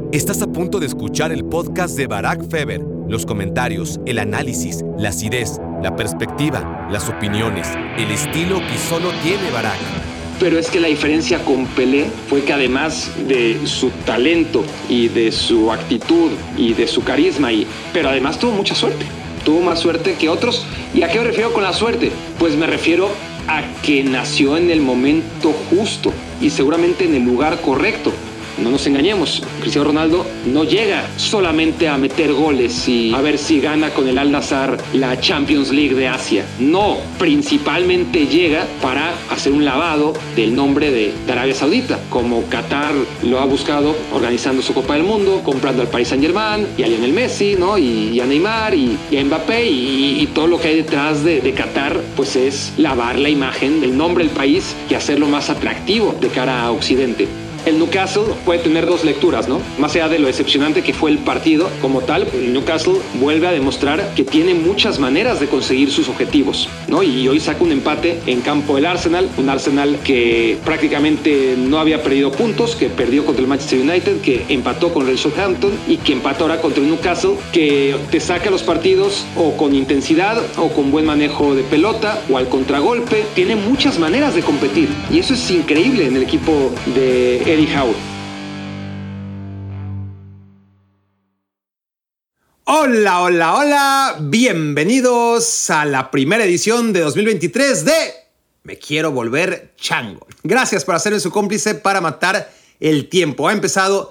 Estás a punto de escuchar el podcast de Barack Feber. Los comentarios, el análisis, la acidez, la perspectiva, las opiniones, el estilo que solo tiene Barack. Pero es que la diferencia con Pelé fue que además de su talento y de su actitud y de su carisma, pero además tuvo mucha suerte. Tuvo más suerte que otros. ¿Y a qué me refiero con la suerte? Pues me refiero a que nació en el momento justo y seguramente en el lugar correcto. No nos engañemos, Cristiano Ronaldo no llega solamente a meter goles y a ver si gana con el Al-Nassr la Champions League de Asia. No, principalmente llega para hacer un lavado del nombre de Arabia Saudita, como Qatar lo ha buscado organizando su Copa del Mundo, comprando al Paris Saint-Germain y a Lionel Messi, ¿no? y a Neymar y a Mbappé y todo lo que hay detrás de Qatar, pues es lavar la imagen del nombre del país y hacerlo más atractivo de cara a Occidente. El Newcastle puede tener dos lecturas, ¿no? Más allá de lo decepcionante que fue el partido como tal, el Newcastle vuelve a demostrar que tiene muchas maneras de conseguir sus objetivos, ¿no? Y hoy saca un empate en campo del Arsenal, un Arsenal que prácticamente no había perdido puntos, que perdió contra el Manchester United, que empató con el Southampton y que empató ahora contra el Newcastle, que te saca los partidos o con intensidad o con buen manejo de pelota o al contragolpe. Tiene muchas maneras de competir y eso es increíble en el equipo de Eddie Howe. Hola, hola, hola. Bienvenidos a la primera edición de 2023 de Me Quiero Volver Chango. Gracias por hacerme su cómplice para matar el tiempo. Ha empezado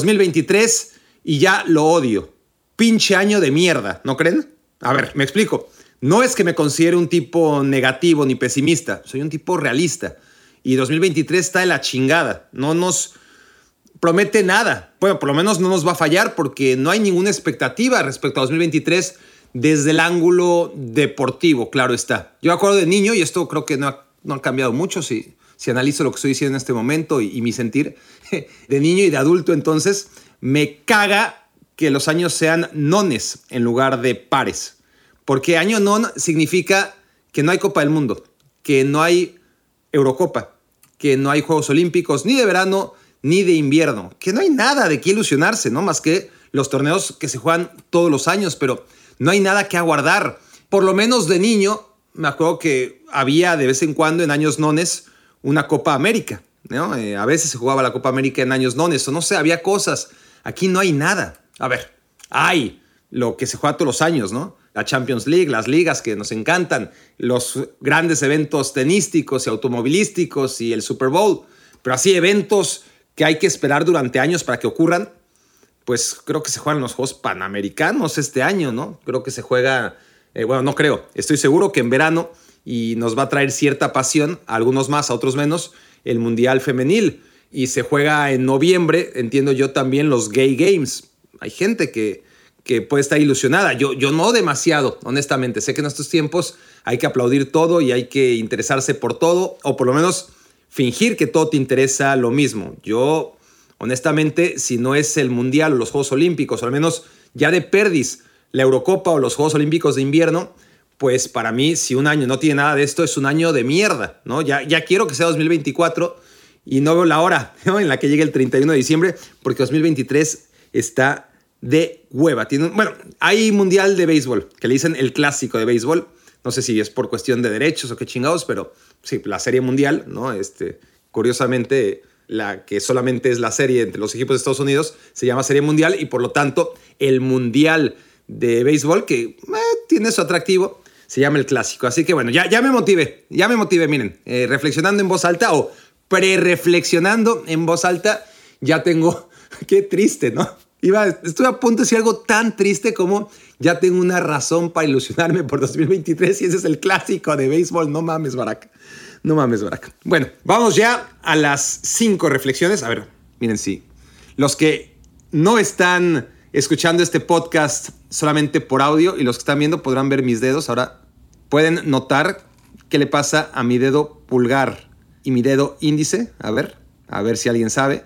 2023 y ya lo odio. Pinche año de mierda, ¿no creen? A ver, me explico. No es que me considere un tipo negativo ni pesimista. Soy un tipo realista. Y 2023 está de la chingada. No nos promete nada. Bueno, por lo menos no nos va a fallar porque no hay ninguna expectativa respecto a 2023 desde el ángulo deportivo, claro está. Yo me acuerdo de niño, y esto creo que no ha cambiado mucho si analizo lo que estoy diciendo en este momento y mi sentir. De niño y de adulto, entonces, me caga que los años sean nones en lugar de pares. Porque año non significa que no hay Copa del Mundo, que no hay Eurocopa, que no hay Juegos Olímpicos ni de verano ni de invierno, que no hay nada de qué ilusionarse, ¿no? Más que los torneos que se juegan todos los años, pero no hay nada que aguardar. Por lo menos de niño, me acuerdo que había de vez en cuando en años nones una Copa América, ¿no? A veces se jugaba la Copa América en años nones, o no sé, había cosas. Aquí no hay nada. A ver, hay lo que se juega todos los años, ¿no? La Champions League, las ligas que nos encantan, los grandes eventos tenísticos y automovilísticos y el Super Bowl. Pero así eventos que hay que esperar durante años para que ocurran, pues creo que se juegan los Juegos Panamericanos este año, ¿no? Creo que se juega, bueno, no creo, estoy seguro que en verano, y nos va a traer cierta pasión, a algunos más, a otros menos, el Mundial Femenil. Y se juega en noviembre, entiendo yo, también los Gay Games. Hay gente que puede estar ilusionada. Yo no demasiado, honestamente. Sé que en estos tiempos hay que aplaudir todo y hay que interesarse por todo, o por lo menos fingir que todo te interesa lo mismo. Yo, honestamente, si no es el Mundial o los Juegos Olímpicos, o al menos ya de perdiz la Eurocopa o los Juegos Olímpicos de invierno, pues para mí, si un año no tiene nada de esto, es un año de mierda, ¿no? Ya quiero que sea 2024 y no veo la hora, ¿no?, en la que llegue el 31 de diciembre, porque 2023 está de hueva. Bueno, hay Mundial de Béisbol, que le dicen el clásico de béisbol. No sé si es por cuestión de derechos o qué chingados, pero sí, la Serie Mundial, ¿no? Curiosamente, la que solamente es la serie entre los equipos de Estados Unidos, se llama Serie Mundial y por lo tanto el Mundial de Béisbol, que tiene su atractivo, se llama el clásico. Así que bueno, ya me motivé, miren, reflexionando en voz alta o pre-reflexionando en voz alta, ya tengo, qué triste, ¿no? Estuve a punto de decir algo tan triste como ya tengo una razón para ilusionarme por 2023 y ese es el clásico de béisbol. No mames, Barack. No mames, Barack. Bueno, vamos ya a las 5 reflexiones. A ver, miren, sí. Los que no están escuchando este podcast solamente por audio y los que están viendo podrán ver mis dedos. Ahora pueden notar qué le pasa a mi dedo pulgar y mi dedo índice. A ver si alguien sabe.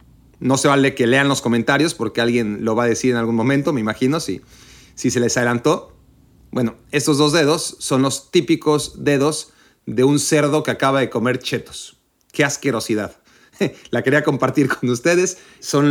No se vale que lean los comentarios porque alguien lo va a decir en algún momento, me imagino, si se les adelantó. Bueno, estos dos dedos son los típicos dedos de un cerdo que acaba de comer chetos. ¡Qué asquerosidad! La quería compartir con ustedes. Son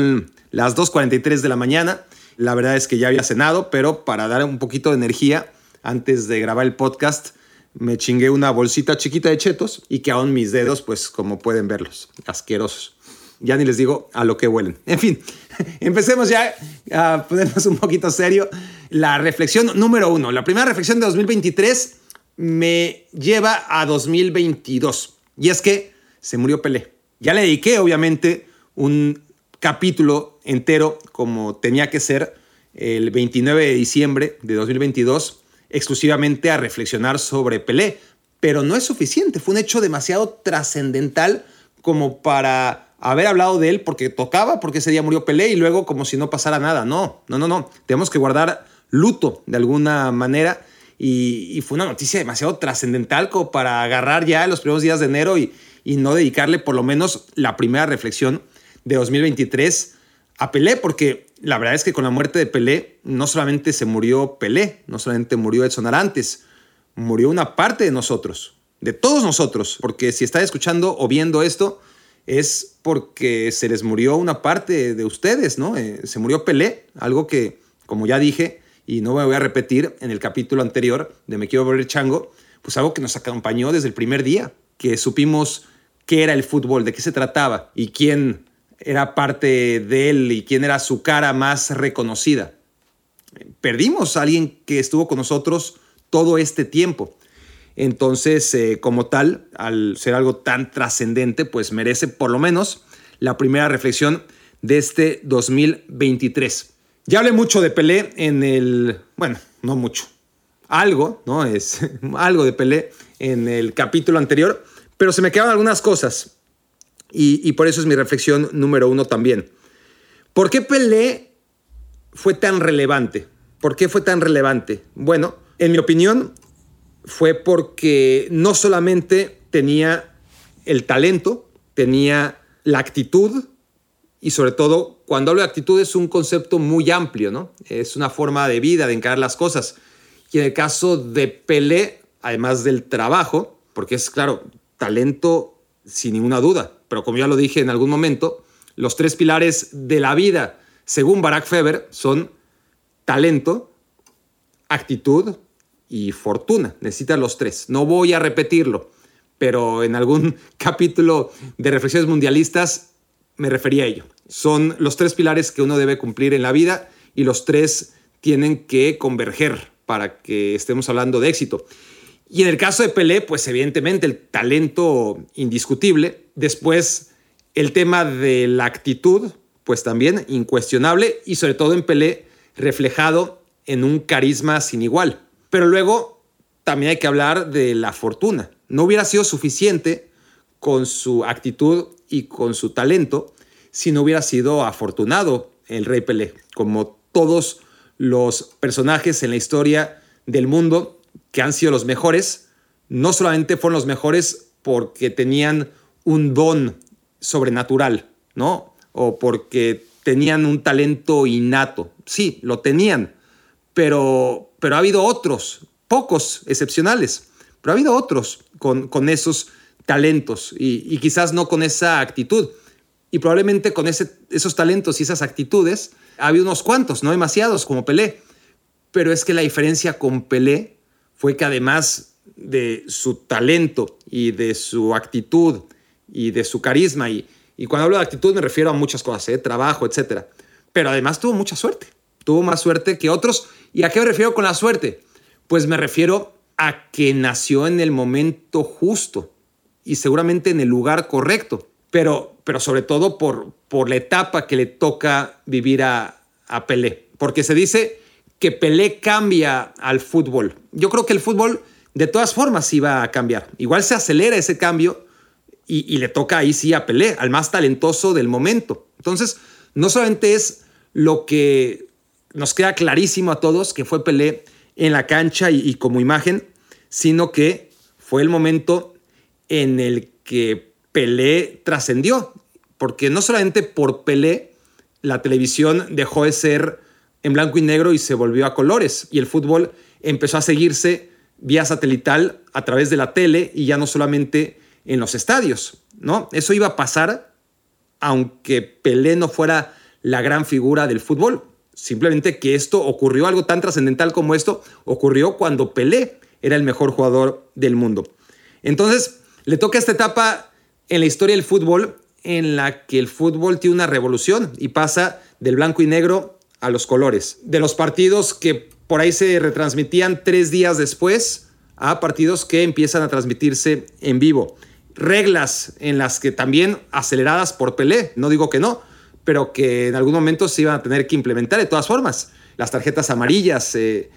las 2:43 de la mañana. La verdad es que ya había cenado, pero para dar un poquito de energía antes de grabar el podcast, me chingué una bolsita chiquita de Chetos y que aún mis dedos, pues como pueden verlos, asquerosos. Ya ni les digo a lo que huelen. En fin, empecemos ya a ponernos un poquito serio. La reflexión número 1. La primera reflexión de 2023 me lleva a 2022. Y es que se murió Pelé. Ya le dediqué, obviamente, un capítulo entero, como tenía que ser, el 29 de diciembre de 2022, exclusivamente a reflexionar sobre Pelé. Pero no es suficiente. Fue un hecho demasiado trascendental como para haber hablado de él porque tocaba, porque ese día murió Pelé y luego como si no pasara nada. No. Tenemos que guardar luto de alguna manera y fue una noticia demasiado trascendental como para agarrar ya los primeros días de enero y no dedicarle por lo menos la primera reflexión de 2023 a Pelé, porque la verdad es que con la muerte de Pelé no solamente se murió Pelé, no solamente murió Edson Arantes, murió una parte de nosotros, de todos nosotros, porque si están escuchando o viendo esto, es porque se les murió una parte de ustedes, ¿no? Se murió Pelé, algo que, como ya dije, y no me voy a repetir en el capítulo anterior de Me Quiero Volver Chango, pues algo que nos acompañó desde el primer día, que supimos qué era el fútbol, de qué se trataba y quién era parte de él y quién era su cara más reconocida. Perdimos a alguien que estuvo con nosotros todo este tiempo. Entonces, como tal, al ser algo tan trascendente, pues merece por lo menos la primera reflexión de este 2023. Ya hablé mucho de Pelé no mucho, algo, ¿no? Es algo de Pelé en el capítulo anterior, pero se me quedaron algunas cosas y por eso es mi reflexión número 1 también. ¿Por qué Pelé fue tan relevante? ¿Por qué fue tan relevante? Bueno, en mi opinión, fue porque no solamente tenía el talento, tenía la actitud y sobre todo, cuando hablo de actitud es un concepto muy amplio, ¿no? Es una forma de vida, de encarar las cosas. Y en el caso de Pelé, además del trabajo, porque es, claro, talento sin ninguna duda, pero como ya lo dije en algún momento, los 3 pilares de la vida, según Barak Feber, son talento, actitud y fortuna. Necesitas los 3. No voy a repetirlo, pero en algún capítulo de Reflexiones Mundialistas me refería a ello. Son los 3 pilares que uno debe cumplir en la vida y los 3 tienen que converger para que estemos hablando de éxito. Y en el caso de Pelé, pues evidentemente el talento indiscutible. Después el tema de la actitud, pues también incuestionable y sobre todo en Pelé reflejado en un carisma sin igual. Pero luego también hay que hablar de la fortuna. No hubiera sido suficiente con su actitud y con su talento si no hubiera sido afortunado el Rey Pelé. Como todos los personajes en la historia del mundo que han sido los mejores, no solamente fueron los mejores porque tenían un don sobrenatural, ¿no? O porque tenían un talento innato. Sí, lo tenían, pero ha habido otros, pocos excepcionales, pero ha habido otros con esos talentos y quizás no con esa actitud. Y probablemente con esos talentos y esas actitudes ha habido unos cuantos, no demasiados, como Pelé. Pero es que la diferencia con Pelé fue que además de su talento y de su actitud y de su carisma, y cuando hablo de actitud me refiero a muchas cosas, trabajo, etc. Pero además tuvo mucha suerte. Tuvo más suerte que otros. ¿Y a qué me refiero con la suerte? Pues me refiero a que nació en el momento justo y seguramente en el lugar correcto. Pero sobre todo por la etapa que le toca vivir a Pelé. Porque se dice que Pelé cambia al fútbol. Yo creo que el fútbol de todas formas iba a cambiar. Igual se acelera ese cambio y le toca ahí sí a Pelé, al más talentoso del momento. Entonces, no solamente es lo que nos queda clarísimo a todos, que fue Pelé en la cancha y como imagen, sino que fue el momento en el que Pelé trascendió. Porque no solamente por Pelé la televisión dejó de ser en blanco y negro y se volvió a colores. Y el fútbol empezó a seguirse vía satelital a través de la tele y ya no solamente en los estadios, ¿no? Eso iba a pasar aunque Pelé no fuera la gran figura del fútbol. Simplemente que esto ocurrió, algo tan trascendental como esto, ocurrió cuando Pelé era el mejor jugador del mundo. Entonces, le toca esta etapa en la historia del fútbol en la que el fútbol tiene una revolución y pasa del blanco y negro a los colores. De los partidos que por ahí se retransmitían 3 días después a partidos que empiezan a transmitirse en vivo. Reglas en las que también aceleradas por Pelé, no digo que no, pero que en algún momento se iban a tener que implementar de todas formas. Las tarjetas amarillas,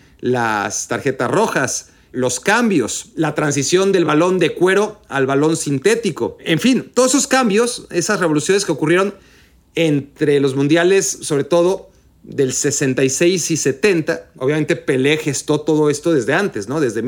las tarjetas rojas, los cambios, la transición del balón de cuero al balón sintético. En fin, todos esos cambios, esas revoluciones que ocurrieron entre los mundiales, sobre todo del 66 y 70. Obviamente Pelé gestó todo esto desde antes, ¿no? Desde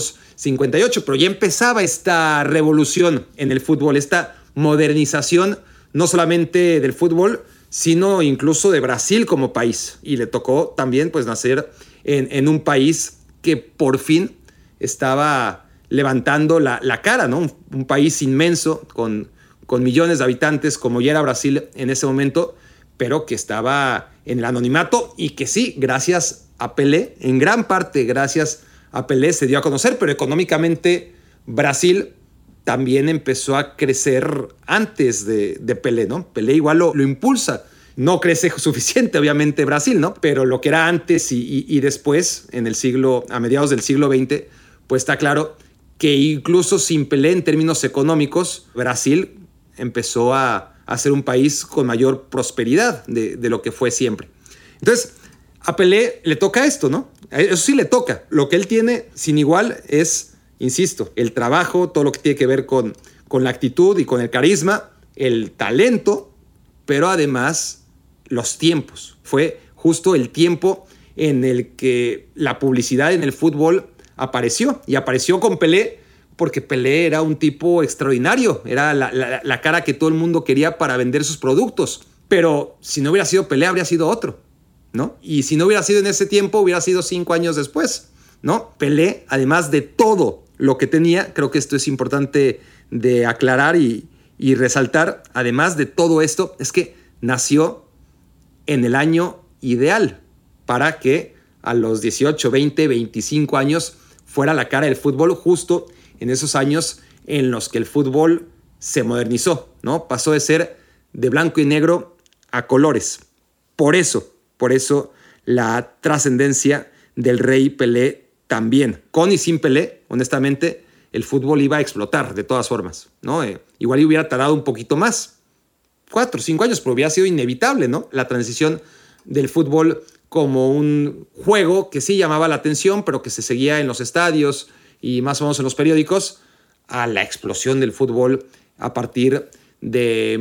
1958, pero ya empezaba esta revolución en el fútbol, esta modernización no solamente del fútbol, sino incluso de Brasil como país. Y le tocó también pues nacer en un país que por fin estaba levantando la cara, ¿no? Un país inmenso con millones de habitantes como ya era Brasil en ese momento, pero que estaba en el anonimato y que sí, gracias a Pelé, en gran parte gracias a Pelé se dio a conocer, pero económicamente Brasil también empezó a crecer antes de Pelé, ¿no? Pelé igual lo impulsa. No crece suficiente, obviamente, Brasil, ¿no? Pero lo que era antes y después, a mediados del siglo XX, pues está claro que incluso sin Pelé en términos económicos, Brasil empezó a ser un país con mayor prosperidad de lo que fue siempre. Entonces, a Pelé le toca esto, ¿no? Eso sí le toca. Lo que él tiene sin igual es, insisto, el trabajo, todo lo que tiene que ver con la actitud y con el carisma, el talento, pero además los tiempos. Fue justo el tiempo en el que la publicidad en el fútbol apareció. Y apareció con Pelé porque Pelé era un tipo extraordinario. Era la cara que todo el mundo quería para vender sus productos. Pero si no hubiera sido Pelé, habría sido otro, ¿no? Y si no hubiera sido en ese tiempo, hubiera sido 5 años después, ¿no? Pelé, además de todo lo que tenía, creo que esto es importante de aclarar y resaltar, además de todo esto, es que nació en el año ideal para que a los 18, 20, 25 años fuera la cara del fútbol, justo en esos años en los que el fútbol se modernizó, ¿no? Pasó de ser de blanco y negro a colores. Por eso la trascendencia del Rey Pelé también. Con y sin Pelé, honestamente, el fútbol iba a explotar de todas formas, ¿no? Igual hubiera tardado un poquito más, 4 o 5 años, pero hubiera sido inevitable, ¿no? La transición del fútbol como un juego que sí llamaba la atención, pero que se seguía en los estadios y más o menos en los periódicos, a la explosión del fútbol a partir de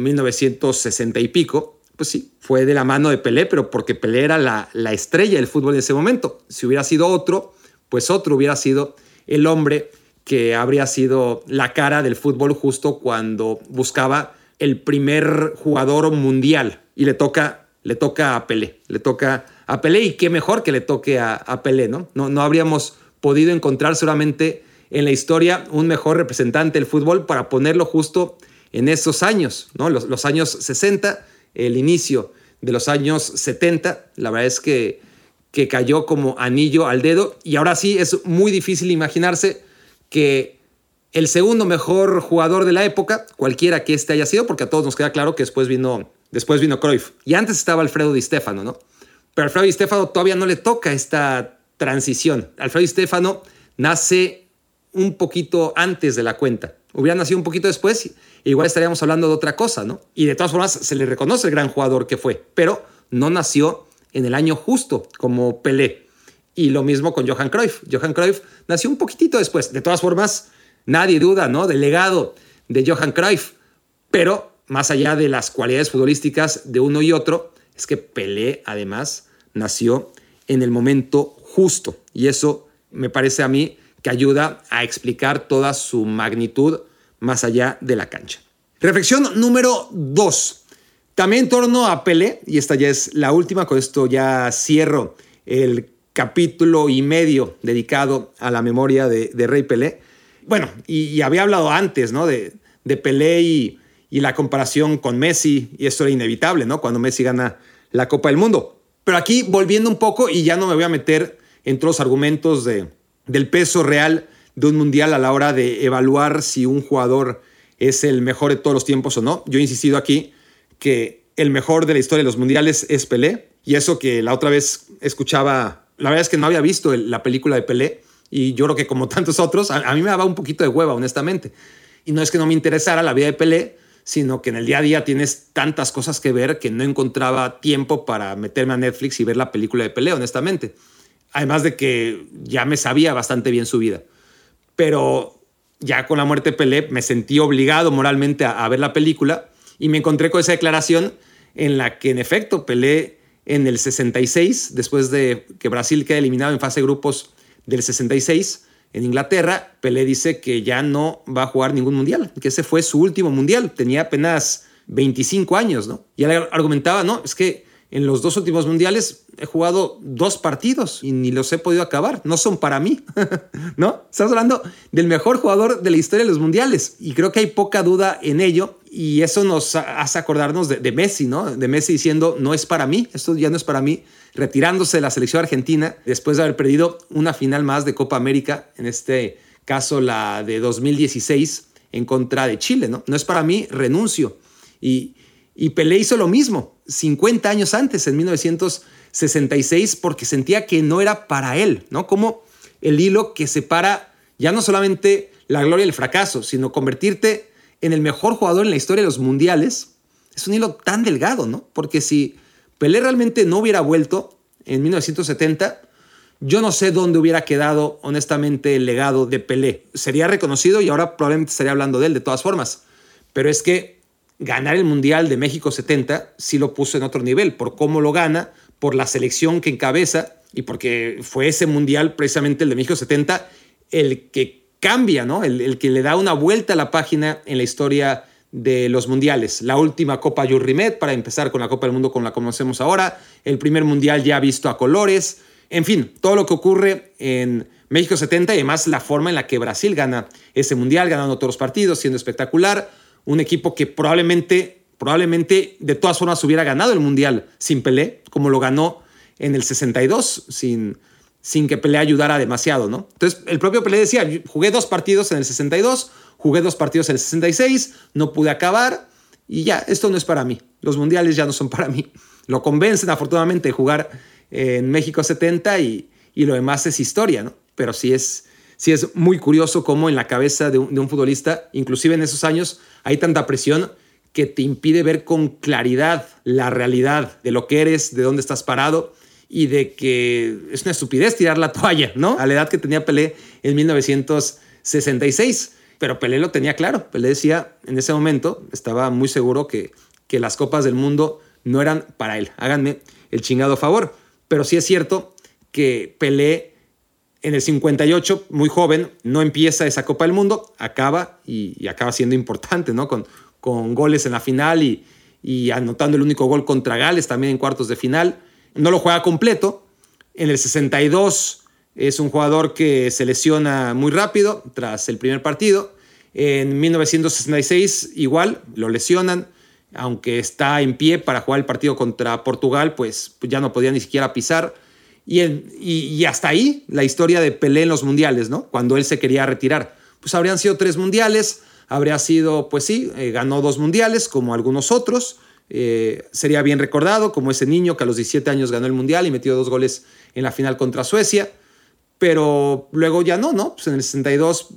1960 y pico. Pues sí, fue de la mano de Pelé, pero porque Pelé era la estrella del fútbol en ese momento. Si hubiera sido otro, pues otro hubiera sido el hombre que habría sido la cara del fútbol justo cuando buscaba el primer jugador mundial. Y le toca a Pelé. Le toca a Pelé, y qué mejor que le toque a Pelé, ¿no? No habríamos podido encontrar seguramente en la historia un mejor representante del fútbol para ponerlo justo en esos años, ¿no? Los años 60, el inicio de los años 70, la verdad es que cayó como anillo al dedo, y ahora sí es muy difícil imaginarse que el segundo mejor jugador de la época, cualquiera que este haya sido, porque a todos nos queda claro que después vino Cruyff, y antes estaba Alfredo Di Stéfano, ¿no? Pero a Alfredo Di Stéfano todavía no le toca esta transición. Alfredo Di Stéfano nace un poquito antes de la cuenta. Hubiera nacido un poquito después, igual estaríamos hablando de otra cosa, ¿no? Y de todas formas se le reconoce el gran jugador que fue, pero no nació en el año justo como Pelé. Y lo mismo con Johan Cruyff. Johan Cruyff nació un poquitito después. De todas formas, nadie duda, ¿no?, del legado de Johan Cruyff. Pero más allá de las cualidades futbolísticas de uno y otro, es que Pelé además nació en el momento justo. Y eso me parece a mí que ayuda a explicar toda su magnitud más allá de la cancha. Reflexión número 2. También en torno a Pelé, y esta ya es la última, con esto ya cierro el capítulo y medio dedicado a la memoria de Rey Pelé. Bueno, y había hablado antes, ¿no?, de Pelé y la comparación con Messi, y esto era inevitable, ¿no? Cuando Messi gana la Copa del Mundo. Pero aquí, volviendo un poco, y ya no me voy a meter en todos los argumentos del peso real de un mundial a la hora de evaluar si un jugador es el mejor de todos los tiempos o no. Yo he insistido aquí que el mejor de la historia de los mundiales es Pelé, y eso que la otra vez escuchaba, la verdad es que no había visto la película de Pelé, y yo creo que como tantos otros, a mí me daba un poquito de hueva, honestamente. Y no es que no me interesara la vida de Pelé, sino que en el día a día tienes tantas cosas que ver que no encontraba tiempo para meterme a Netflix y ver la película de Pelé, honestamente. Además de que ya me sabía bastante bien su vida. Pero ya con la muerte de Pelé me sentí obligado moralmente a ver la película y me encontré con esa declaración en la que, en efecto, Pelé en el 66, después de que Brasil quede eliminado en fase de grupos del 66, en Inglaterra, Pelé dice que ya no va a jugar ningún mundial, que ese fue su último mundial. Tenía apenas 25 años, ¿no? Y él argumentaba, no, es que en los 2 últimos mundiales he jugado 2 partidos y ni los he podido acabar. No son para mí, ¿no? Estamos hablando del mejor jugador de la historia de los mundiales y creo que hay poca duda en ello y eso nos hace acordarnos de Messi, ¿no? De Messi diciendo, no es para mí, esto ya no es para mí, retirándose de la selección argentina después de haber perdido una final más de Copa América, en este caso la de 2016 en contra de Chile, ¿no? No es para mí, renuncio. Y Pelé hizo lo mismo 50 años antes, en 1966, porque sentía que no era para él, ¿no? Como el hilo que separa ya no solamente la gloria y el fracaso, sino convertirte en el mejor jugador en la historia de los mundiales, es un hilo tan delgado, ¿no? Porque si Pelé realmente no hubiera vuelto en 1970, yo no sé dónde hubiera quedado, honestamente, el legado de Pelé. Sería reconocido y ahora probablemente estaría hablando de él de todas formas. Pero es que ganar el Mundial de México 70 sí lo puso en otro nivel, por cómo lo gana, por la selección que encabeza y porque fue ese Mundial, precisamente el de México 70, el que cambia, ¿no? El que le da una vuelta a la página en la historia de los mundiales. La última Copa Jules Rimet para empezar con la Copa del Mundo como la conocemos ahora, el primer Mundial ya visto a colores, en fin, todo lo que ocurre en México 70 y además la forma en la que Brasil gana ese Mundial, ganando todos los partidos, siendo espectacular. Un equipo que probablemente de todas formas hubiera ganado el Mundial sin Pelé, como lo ganó en el 62, sin que Pelé ayudara demasiado, ¿no? Entonces, el propio Pelé decía, jugué 2 partidos en el 62, jugué 2 partidos en el 66, no pude acabar y ya, esto no es para mí. Los mundiales ya no son para mí. Lo convencen, afortunadamente, de jugar en México 70 y lo demás es historia, ¿no? Pero sí es muy curioso cómo en la cabeza de un futbolista, inclusive en esos años, hay tanta presión que te impide ver con claridad la realidad de lo que eres, de dónde estás parado y de que es una estupidez tirar la toalla, ¿no? A la edad que tenía Pelé en 1966. Pero Pelé lo tenía claro. Pelé decía, en ese momento, estaba muy seguro que las Copas del Mundo no eran para él. Háganme el chingado favor. Pero sí es cierto que Pelé en el 58, muy joven, no empieza esa Copa del Mundo, acaba y acaba siendo importante, ¿no? Con goles en la final y anotando el único gol contra Gales también en cuartos de final. No lo juega completo. En el 62 es un jugador que se lesiona muy rápido tras el primer partido. En 1966 igual lo lesionan, aunque está en pie para jugar el partido contra Portugal, pues ya no podía ni siquiera pisar. Y hasta ahí la historia de Pelé en los mundiales, ¿no? Cuando él se quería retirar. Pues habrían sido 3 mundiales, habría sido, pues sí, ganó 2 mundiales como algunos otros. Sería bien recordado como ese niño que a los 17 años ganó el mundial y metió 2 goles en la final contra Suecia. Pero luego ya no, pues en el 62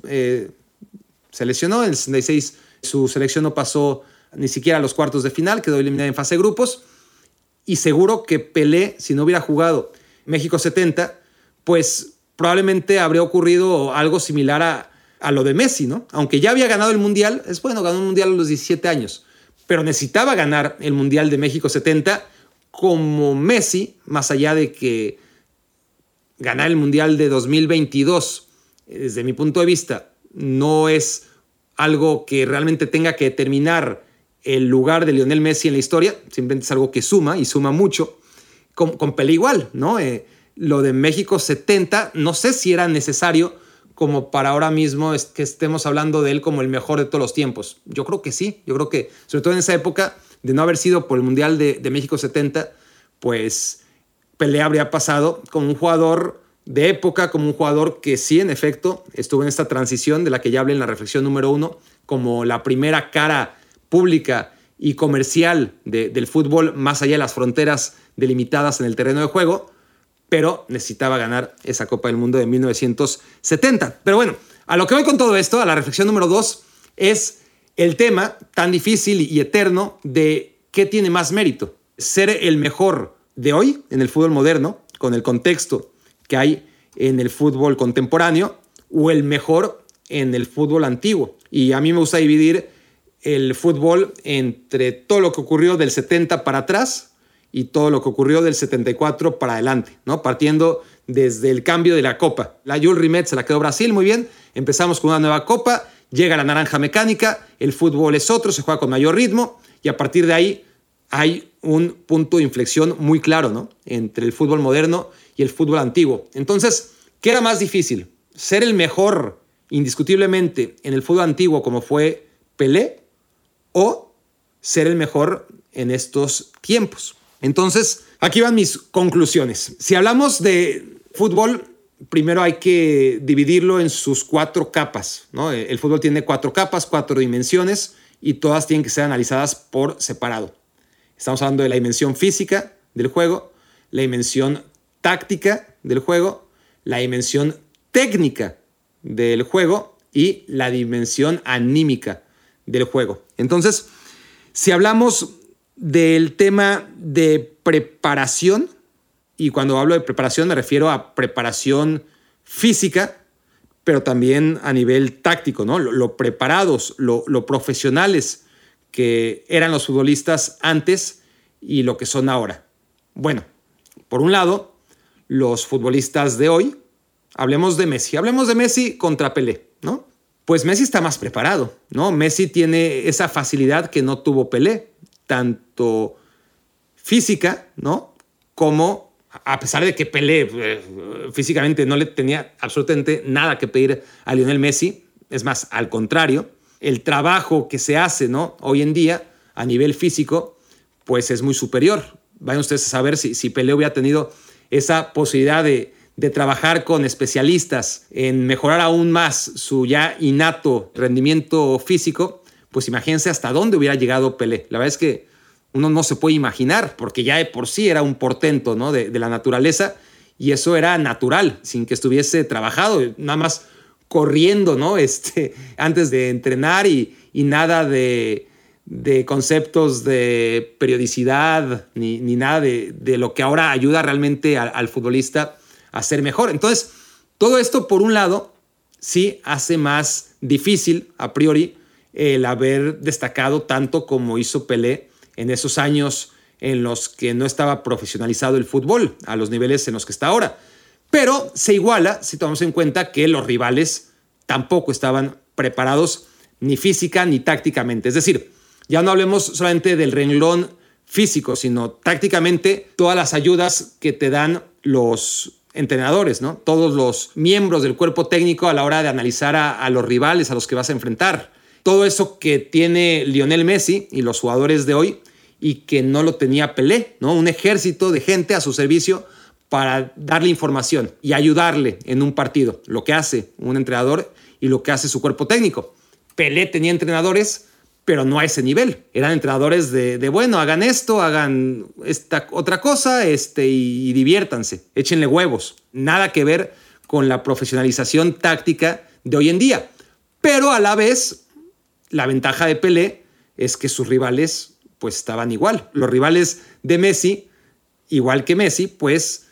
se lesionó, en el 66 su selección no pasó ni siquiera a los cuartos de final, quedó eliminada en fase de grupos. Y seguro que Pelé, si no hubiera jugado México 70, pues probablemente habría ocurrido algo similar a lo de Messi, ¿no? Aunque ya había ganado el Mundial, ganó un Mundial a los 17 años, pero necesitaba ganar el Mundial de México 70 como Messi, más allá de que ganar el Mundial de 2022, desde mi punto de vista, no es algo que realmente tenga que determinar el lugar de Lionel Messi en la historia, simplemente es algo que suma y suma mucho. Con Pelé igual, ¿no? Lo de México 70, no sé si era necesario como para ahora mismo que estemos hablando de él como el mejor de todos los tiempos. Yo creo que sí, yo creo que, sobre todo en esa época, de no haber sido por el Mundial de México 70, pues Pelé habría pasado como un jugador de época, como un jugador que sí, en efecto, estuvo en esta transición de la que ya hablé en la reflexión número 1, como la primera cara pública y comercial del fútbol más allá de las fronteras delimitadas en el terreno de juego, pero necesitaba ganar esa Copa del Mundo de 1970. Pero bueno, a lo que voy con todo esto, a la reflexión número 2, es el tema tan difícil y eterno de qué tiene más mérito. Ser el mejor de hoy en el fútbol moderno, con el contexto que hay en el fútbol contemporáneo, o el mejor en el fútbol antiguo. Y a mí me gusta dividir el fútbol entre todo lo que ocurrió del 70 para atrás y todo lo que ocurrió del 74 para adelante, ¿no? Partiendo desde el cambio de la Copa. La Jules Rimet se la quedó Brasil, muy bien. Empezamos con una nueva Copa, llega la naranja mecánica, el fútbol es otro, se juega con mayor ritmo y a partir de ahí hay un punto de inflexión muy claro, ¿no? Entre el fútbol moderno y el fútbol antiguo. Entonces, ¿qué era más difícil? ¿Ser el mejor indiscutiblemente en el fútbol antiguo como fue Pelé o ser el mejor en estos tiempos? Entonces, aquí van mis conclusiones. Si hablamos de fútbol, primero hay que dividirlo en sus 4 capas, ¿no? El fútbol tiene 4 capas, 4 dimensiones y todas tienen que ser analizadas por separado. Estamos hablando de la dimensión física del juego, la dimensión táctica del juego, la dimensión técnica del juego y la dimensión anímica del juego. Entonces, si hablamos del tema de preparación, y cuando hablo de preparación me refiero a preparación física, pero también a nivel táctico, ¿no? Lo preparados, lo profesionales que eran los futbolistas antes y lo que son ahora. Bueno, por un lado, los futbolistas de hoy, hablemos de Messi contra Pelé, ¿no? Pues Messi está más preparado, ¿no? Messi tiene esa facilidad que no tuvo Pelé, tanto física, ¿no? Como, a pesar de que Pelé físicamente no le tenía absolutamente nada que pedir a Lionel Messi, es más, al contrario, el trabajo que se hace, ¿no? Hoy en día, a nivel físico, pues es muy superior. Vayan ustedes a saber si Pelé hubiera tenido esa posibilidad de trabajar con especialistas en mejorar aún más su ya innato rendimiento físico, pues imagínense hasta dónde hubiera llegado Pelé. La verdad es que uno no se puede imaginar, porque ya de por sí era un portento, ¿no? de la naturaleza, y eso era natural, sin que estuviese trabajado, nada más corriendo, ¿no? Antes de entrenar y nada de conceptos de periodicidad ni nada de lo que ahora ayuda realmente al futbolista a ser mejor. Entonces, todo esto, por un lado, sí hace más difícil, a priori, el haber destacado tanto como hizo Pelé en esos años en los que no estaba profesionalizado el fútbol a los niveles en los que está ahora. Pero se iguala si tomamos en cuenta que los rivales tampoco estaban preparados ni física ni tácticamente. Es decir, ya no hablemos solamente del renglón físico, sino tácticamente todas las ayudas que te dan los entrenadores, ¿no? Todos los miembros del cuerpo técnico a la hora de analizar a los rivales a los que vas a enfrentar. Todo eso que tiene Lionel Messi y los jugadores de hoy y que no lo tenía Pelé, ¿no? Un ejército de gente a su servicio para darle información y ayudarle en un partido. Lo que hace un entrenador y lo que hace su cuerpo técnico. Pelé tenía entrenadores, pero no a ese nivel. Eran entrenadores de bueno, hagan esto, hagan esta otra cosa y diviértanse, échenle huevos. Nada que ver con la profesionalización táctica de hoy en día. Pero a la vez, la ventaja de Pelé es que sus rivales pues estaban igual. Los rivales de Messi, igual que Messi, pues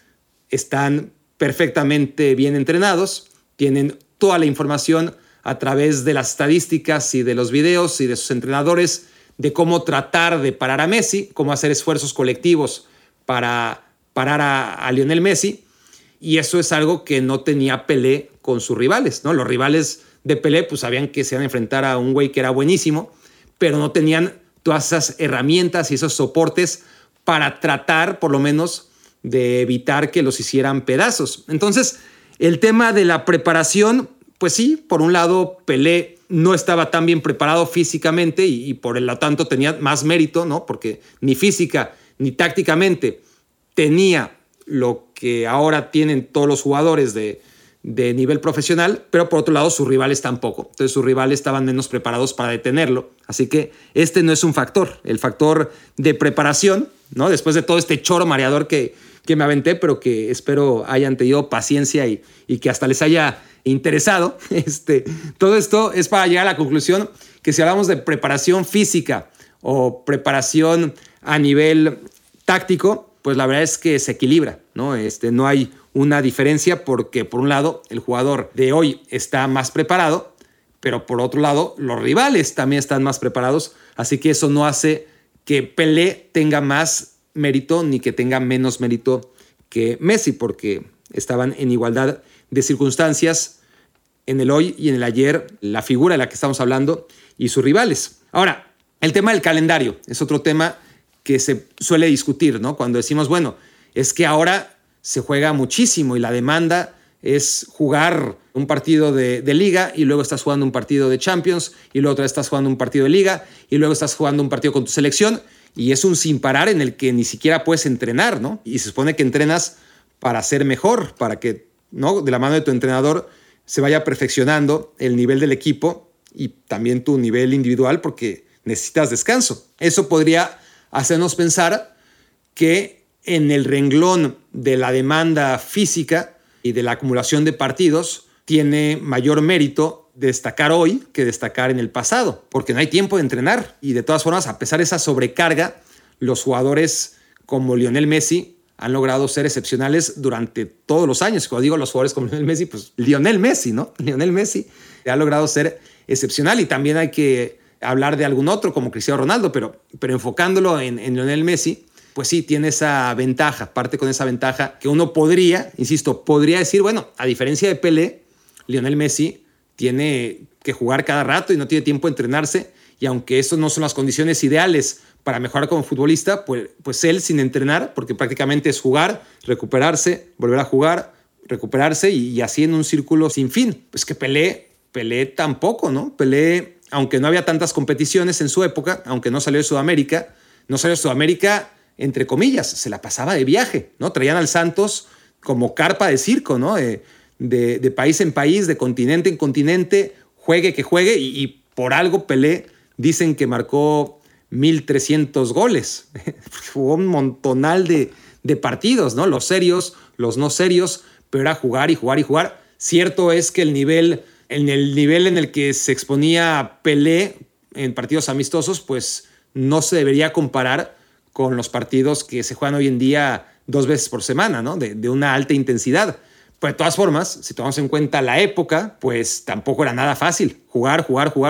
están perfectamente bien entrenados, tienen toda la información a través de las estadísticas y de los videos y de sus entrenadores de cómo tratar de parar a Messi, cómo hacer esfuerzos colectivos para parar a Lionel Messi. Y eso es algo que no tenía Pelé con sus rivales, ¿no? Los rivales de Pelé pues sabían que se iban a enfrentar a un güey que era buenísimo, pero no tenían todas esas herramientas y esos soportes para tratar, por lo menos, de evitar que los hicieran pedazos. Entonces, el tema de la preparación, pues sí, por un lado, Pelé no estaba tan bien preparado físicamente y por lo tanto tenía más mérito, ¿no? Porque ni física ni tácticamente tenía lo que ahora tienen todos los jugadores de nivel profesional, pero por otro lado sus rivales tampoco. Entonces sus rivales estaban menos preparados para detenerlo. Así que este no es un factor. El factor de preparación, ¿no? Después de todo este choro mareador que me aventé, pero que espero hayan tenido paciencia y que hasta les haya interesado. Todo esto es para llegar a la conclusión que si hablamos de preparación física o preparación a nivel táctico, pues la verdad es que se equilibra, ¿no? No hay una diferencia porque, por un lado, el jugador de hoy está más preparado, pero por otro lado, los rivales también están más preparados, así que eso no hace que Pelé tenga más mérito ni que tenga menos mérito que Messi, porque estaban en igualdad de circunstancias en el hoy y en el ayer, la figura de la que estamos hablando y sus rivales. Ahora, el tema del calendario es otro tema que se suele discutir, ¿no? Cuando decimos, bueno, es que ahora se juega muchísimo y la demanda es jugar un partido de liga y luego estás jugando un partido de Champions y luego otra vez estás jugando un partido de liga y luego estás jugando un partido con tu selección y es un sin parar en el que ni siquiera puedes entrenar, ¿no? Y se supone que entrenas para ser mejor, para que, ¿no?, de la mano de tu entrenador se vaya perfeccionando el nivel del equipo y también tu nivel individual porque necesitas descanso. Eso podría hacernos pensar que en el renglón de la demanda física y de la acumulación de partidos tiene mayor mérito destacar hoy que destacar en el pasado, porque no hay tiempo de entrenar y de todas formas, a pesar de esa sobrecarga, los jugadores como Lionel Messi han logrado ser excepcionales durante todos los años. Cuando digo los jugadores como Lionel Messi, pues Lionel Messi, ¿no? Lionel Messi ha logrado ser excepcional y también hay que hablar de algún otro como Cristiano Ronaldo, pero enfocándolo en Lionel Messi, pues sí, tiene esa ventaja, parte con esa ventaja que uno podría decir, bueno, a diferencia de Pelé, Lionel Messi tiene que jugar cada rato y no tiene tiempo de entrenarse, y aunque eso no son las condiciones ideales para mejorar como futbolista, pues él sin entrenar, porque prácticamente es jugar, recuperarse, volver a jugar, recuperarse y así en un círculo sin fin. Pues que Pelé tampoco, ¿no? Pelé, aunque no había tantas competiciones en su época, aunque no salió de Sudamérica, entre comillas, se la pasaba de viaje, ¿no? Traían al Santos como carpa de circo, ¿no? De país en país, de continente en continente, juegue que juegue, y por algo Pelé dicen que marcó 1,300 goles. Jugó un montonal de partidos, ¿no? Los serios, los no serios, pero era jugar y jugar y jugar. Cierto es que el nivel en el que se exponía Pelé en partidos amistosos, pues no se debería comparar con los partidos que se juegan hoy en día 2 veces por semana, ¿no? De una alta intensidad. Pero de todas formas, si tomamos en cuenta la época, pues tampoco era nada fácil jugar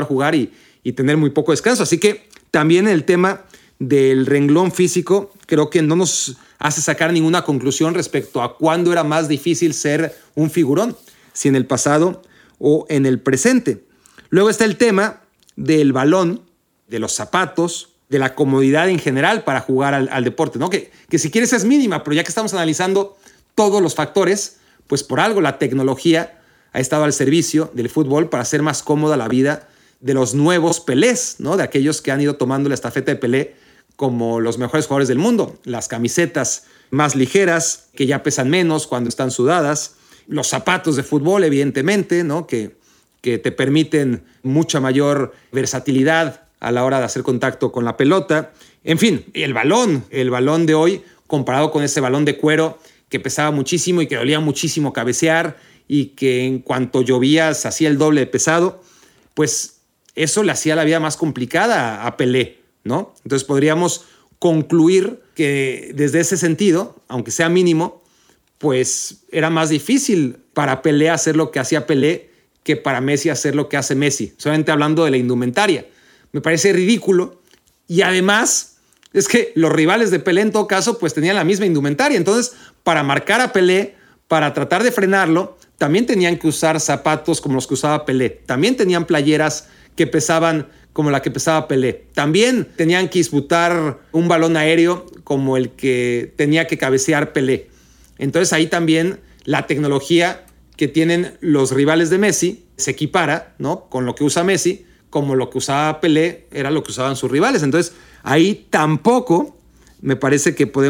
y tener muy poco descanso. Así que también el tema del renglón físico creo que no nos hace sacar ninguna conclusión respecto a cuándo era más difícil ser un figurón, si en el pasado o en el presente. Luego está el tema del balón, de los zapatos, de la comodidad en general para jugar al deporte, ¿no? Que si quieres es mínima, pero ya que estamos analizando todos los factores, pues por algo la tecnología ha estado al servicio del fútbol para hacer más cómoda la vida de los nuevos Pelés, ¿no? De aquellos que han ido tomando la estafeta de Pelé como los mejores jugadores del mundo. Las camisetas más ligeras, que ya pesan menos cuando están sudadas. Los zapatos de fútbol, evidentemente, ¿no? Que te permiten mucha mayor versatilidad a la hora de hacer contacto con la pelota. En fin, el balón de hoy comparado con ese balón de cuero que pesaba muchísimo y que dolía muchísimo cabecear y que en cuanto llovía se hacía el doble de pesado, pues eso le hacía la vida más complicada a Pelé, ¿no? Entonces podríamos concluir que desde ese sentido, aunque sea mínimo, pues era más difícil para Pelé hacer lo que hacía Pelé que para Messi hacer lo que hace Messi, solamente hablando de la indumentaria. Me parece ridículo y además es que los rivales de Pelé en todo caso pues tenían la misma indumentaria, entonces para marcar a Pelé, para tratar de frenarlo, también tenían que usar zapatos como los que usaba Pelé, también tenían playeras que pesaban como la que pesaba Pelé, también tenían que disputar un balón aéreo como el que tenía que cabecear Pelé. Entonces ahí también la tecnología que tienen los rivales de Messi se equipara, ¿no?, con lo que usa Messi, como lo que usaba Pelé era lo que usaban sus rivales. Entonces ahí tampoco me parece que podemos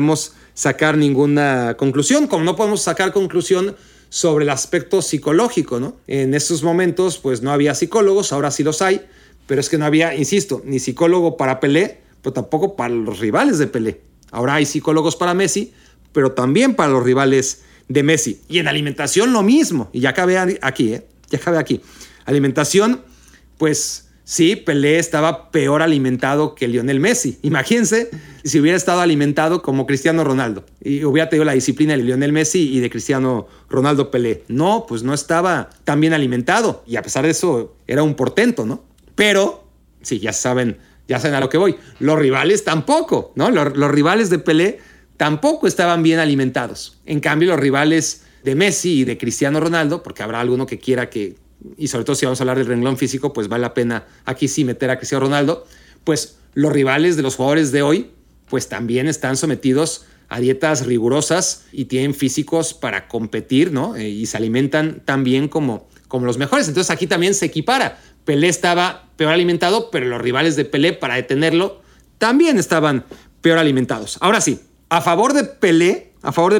sacar ninguna conclusión, como no podemos sacar conclusión sobre el aspecto psicológico, ¿no? En esos momentos, pues no había psicólogos, ahora sí los hay, pero es que no había, insisto, ni psicólogo para Pelé, pero tampoco para los rivales de Pelé. Ahora hay psicólogos para Messi, pero también para los rivales de Messi. Y en alimentación lo mismo, y ya acabé aquí, ya acabé aquí. Alimentación, pues sí, Pelé estaba peor alimentado que Lionel Messi. Imagínense si hubiera estado alimentado como Cristiano Ronaldo y hubiera tenido la disciplina de Lionel Messi y de Cristiano Ronaldo Pelé. No, pues no estaba tan bien alimentado y a pesar de eso era un portento, ¿no? Pero, sí, ya saben a lo que voy. Los rivales tampoco, ¿no? Los rivales de Pelé tampoco estaban bien alimentados. En cambio, los rivales de Messi y de Cristiano Ronaldo, porque habrá alguno que quiera que, y sobre todo si vamos a hablar del renglón físico, pues vale la pena aquí sí meter a Cristiano Ronaldo, pues los rivales de los jugadores de hoy, pues también están sometidos a dietas rigurosas y tienen físicos para competir, ¿no? Y se alimentan tan bien como los mejores. Entonces aquí también se equipara. Pelé estaba peor alimentado, pero los rivales de Pelé, para detenerlo, también estaban peor alimentados. Ahora sí, a favor de Pelé,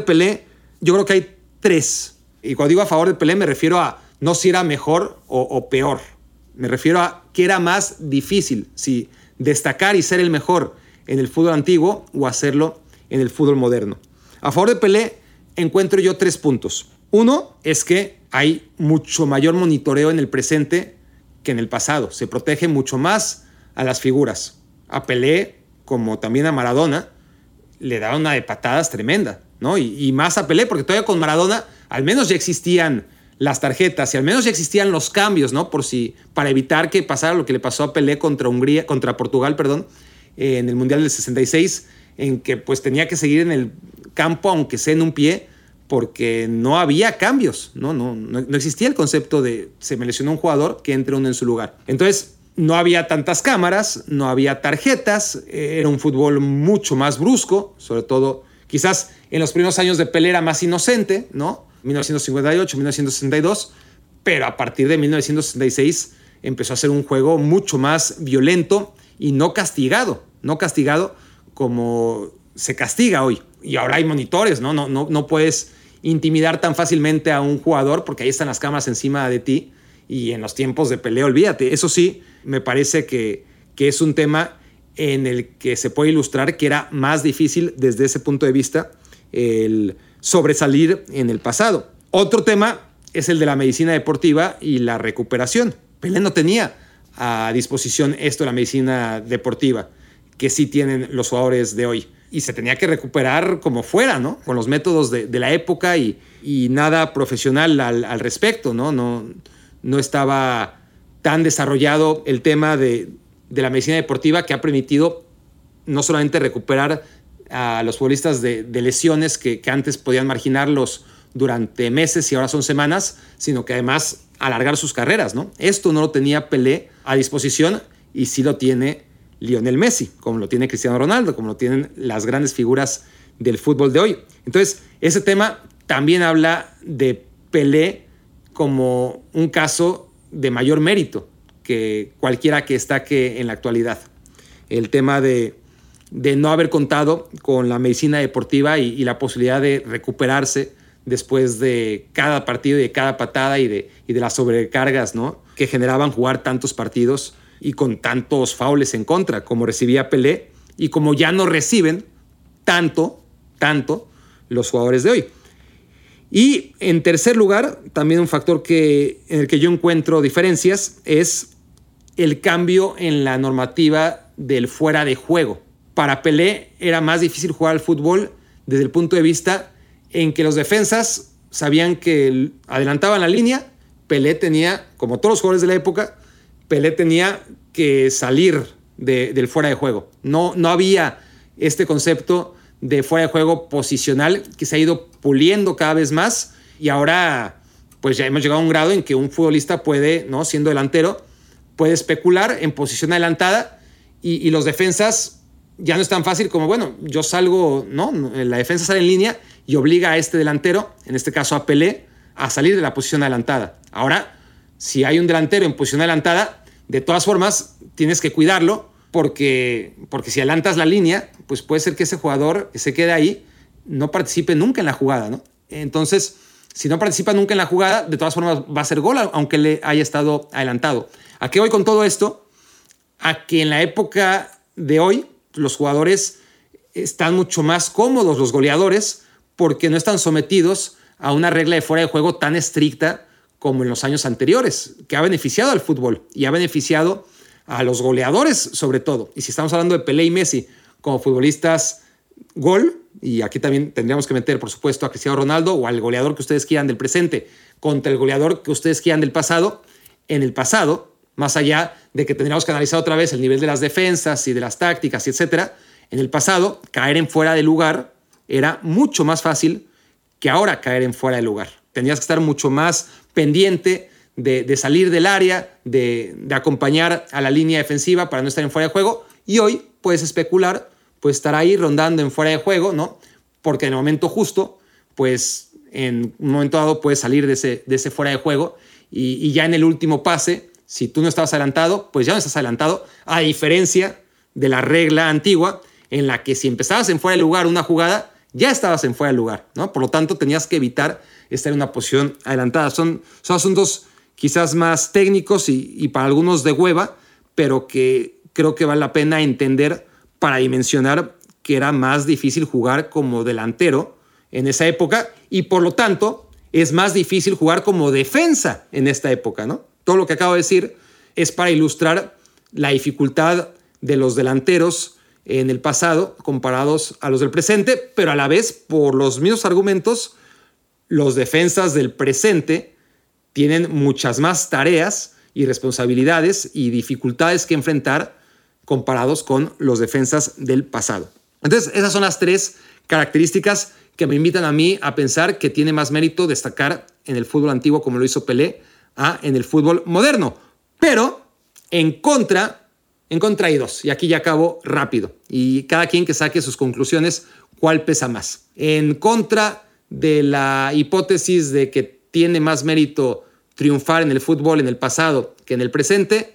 yo creo que hay 3. Y cuando digo a favor de Pelé me refiero a no si era mejor o peor. Me refiero a que era más difícil, si destacar y ser el mejor en el fútbol antiguo o hacerlo en el fútbol moderno. A favor de Pelé encuentro yo 3 puntos. Uno es que hay mucho mayor monitoreo en el presente que en el pasado. Se protege mucho más a las figuras. A Pelé, como también a Maradona, le daba una de patadas tremenda, ¿no? Y más a Pelé, porque todavía con Maradona al menos ya existían las tarjetas y al menos ya existían los cambios, ¿no? Para evitar que pasara lo que le pasó a Pelé contra Portugal, en el Mundial del 66, en que pues tenía que seguir en el campo aunque sea en un pie, porque no había cambios, no existía el concepto de se me lesionó un jugador, que entre uno en su lugar. Entonces no había tantas cámaras, no había tarjetas, era un fútbol mucho más brusco, sobre todo quizás en los primeros años de Pelé era más inocente, ¿no? 1958, 1962, pero a partir de 1966 empezó a ser un juego mucho más violento y no castigado como se castiga hoy. Y ahora hay monitores, ¿no? No puedes intimidar tan fácilmente a un jugador porque ahí están las cámaras encima de ti, y en los tiempos de Pelé, olvídate. Eso sí, me parece que es un tema en el que se puede ilustrar que era más difícil desde ese punto de vista el sobresalir en el pasado. Otro tema es el de la medicina deportiva y la recuperación. Pelé no tenía a disposición esto de la medicina deportiva que sí tienen los jugadores de hoy. Y se tenía que recuperar como fuera, ¿no? Con los métodos de la época y nada profesional al respecto, ¿no? No estaba tan desarrollado el tema de la medicina deportiva, que ha permitido no solamente recuperar a los futbolistas de lesiones que antes podían marginarlos durante meses y ahora son semanas, sino que además alargar sus carreras, ¿no? Esto no lo tenía Pelé a disposición y sí lo tiene Lionel Messi, como lo tiene Cristiano Ronaldo, como lo tienen las grandes figuras del fútbol de hoy. Entonces, ese tema también habla de Pelé como un caso de mayor mérito que cualquiera que destaque en la actualidad. El tema de no haber contado con la medicina deportiva y la posibilidad de recuperarse después de cada partido y de cada patada y de las sobrecargas, ¿no?, que generaban jugar tantos partidos y con tantos faules en contra como recibía Pelé y como ya no reciben tanto los jugadores de hoy. Y en tercer lugar, también un factor en el que yo encuentro diferencias es el cambio en la normativa del fuera de juego. Para Pelé era más difícil jugar al fútbol desde el punto de vista en que los defensas sabían que adelantaban la línea. Pelé tenía, como todos los jugadores de la época, Pelé tenía que salir del fuera de juego. No había este concepto de fuera de juego posicional que se ha ido puliendo cada vez más, y ahora pues ya hemos llegado a un grado en que un futbolista puede, ¿no?, siendo delantero, puede especular en posición adelantada y los defensas ya no es tan fácil como, bueno, yo salgo, ¿no? La defensa sale en línea y obliga a este delantero, en este caso a Pelé, a salir de la posición adelantada. Ahora, si hay un delantero en posición adelantada, de todas formas tienes que cuidarlo porque si adelantas la línea, pues puede ser que ese jugador que se quede ahí no participe nunca en la jugada, ¿no? Entonces, si no participa nunca en la jugada, de todas formas va a ser gol, aunque le haya estado adelantado. ¿A qué voy con todo esto? A que en la época de hoy los jugadores están mucho más cómodos, los goleadores, porque no están sometidos a una regla de fuera de juego tan estricta como en los años anteriores, que ha beneficiado al fútbol y ha beneficiado a los goleadores sobre todo. Y si estamos hablando de Pelé y Messi como futbolistas gol, y aquí también tendríamos que meter, por supuesto, a Cristiano Ronaldo o al goleador que ustedes quieran del presente contra el goleador que ustedes quieran del pasado. En el pasado, más allá de que tendríamos que analizar otra vez el nivel de las defensas y de las tácticas, y etcétera, en el pasado, caer en fuera de lugar era mucho más fácil que ahora caer en fuera de lugar. Tenías que estar mucho más pendiente de salir del área, de acompañar a la línea defensiva para no estar en fuera de juego. Y hoy puedes especular, puedes estar ahí rondando en fuera de juego, ¿no? Porque en el momento justo, pues en un momento dado puedes salir de ese fuera de juego y ya en el último pase, si tú no estabas adelantado, pues ya no estás adelantado, a diferencia de la regla antigua en la que si empezabas en fuera de lugar una jugada, ya estabas en fuera de lugar, ¿no? Por lo tanto, tenías que evitar estar en una posición adelantada. Son asuntos quizás más técnicos y para algunos de hueva, pero que creo que vale la pena entender para dimensionar que era más difícil jugar como delantero en esa época y por lo tanto es más difícil jugar como defensa en esta época, ¿no? Todo lo que acabo de decir es para ilustrar la dificultad de los delanteros en el pasado comparados a los del presente, pero a la vez, por los mismos argumentos, los defensas del presente tienen muchas más tareas y responsabilidades y dificultades que enfrentar comparados con los defensas del pasado. Entonces, esas son las tres características que me invitan a mí a pensar que tiene más mérito destacar en el fútbol antiguo como lo hizo Pelé en el fútbol moderno. Pero en contra hay dos, y aquí ya acabo rápido. Y cada quien que saque sus conclusiones, ¿cuál pesa más? En contra de la hipótesis de que tiene más mérito triunfar en el fútbol en el pasado que en el presente,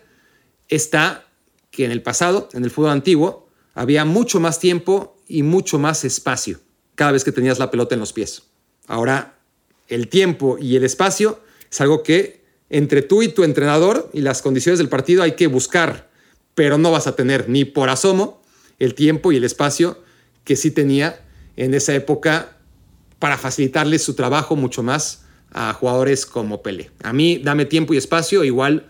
está que en el pasado, en el fútbol antiguo, había mucho más tiempo y mucho más espacio cada vez que tenías la pelota en los pies. Ahora, el tiempo y el espacio es algo que entre tú y tu entrenador y las condiciones del partido hay que buscar, pero no vas a tener ni por asomo el tiempo y el espacio que sí tenía en esa época para facilitarles su trabajo mucho más a jugadores como Pelé. A mí, dame tiempo y espacio, igual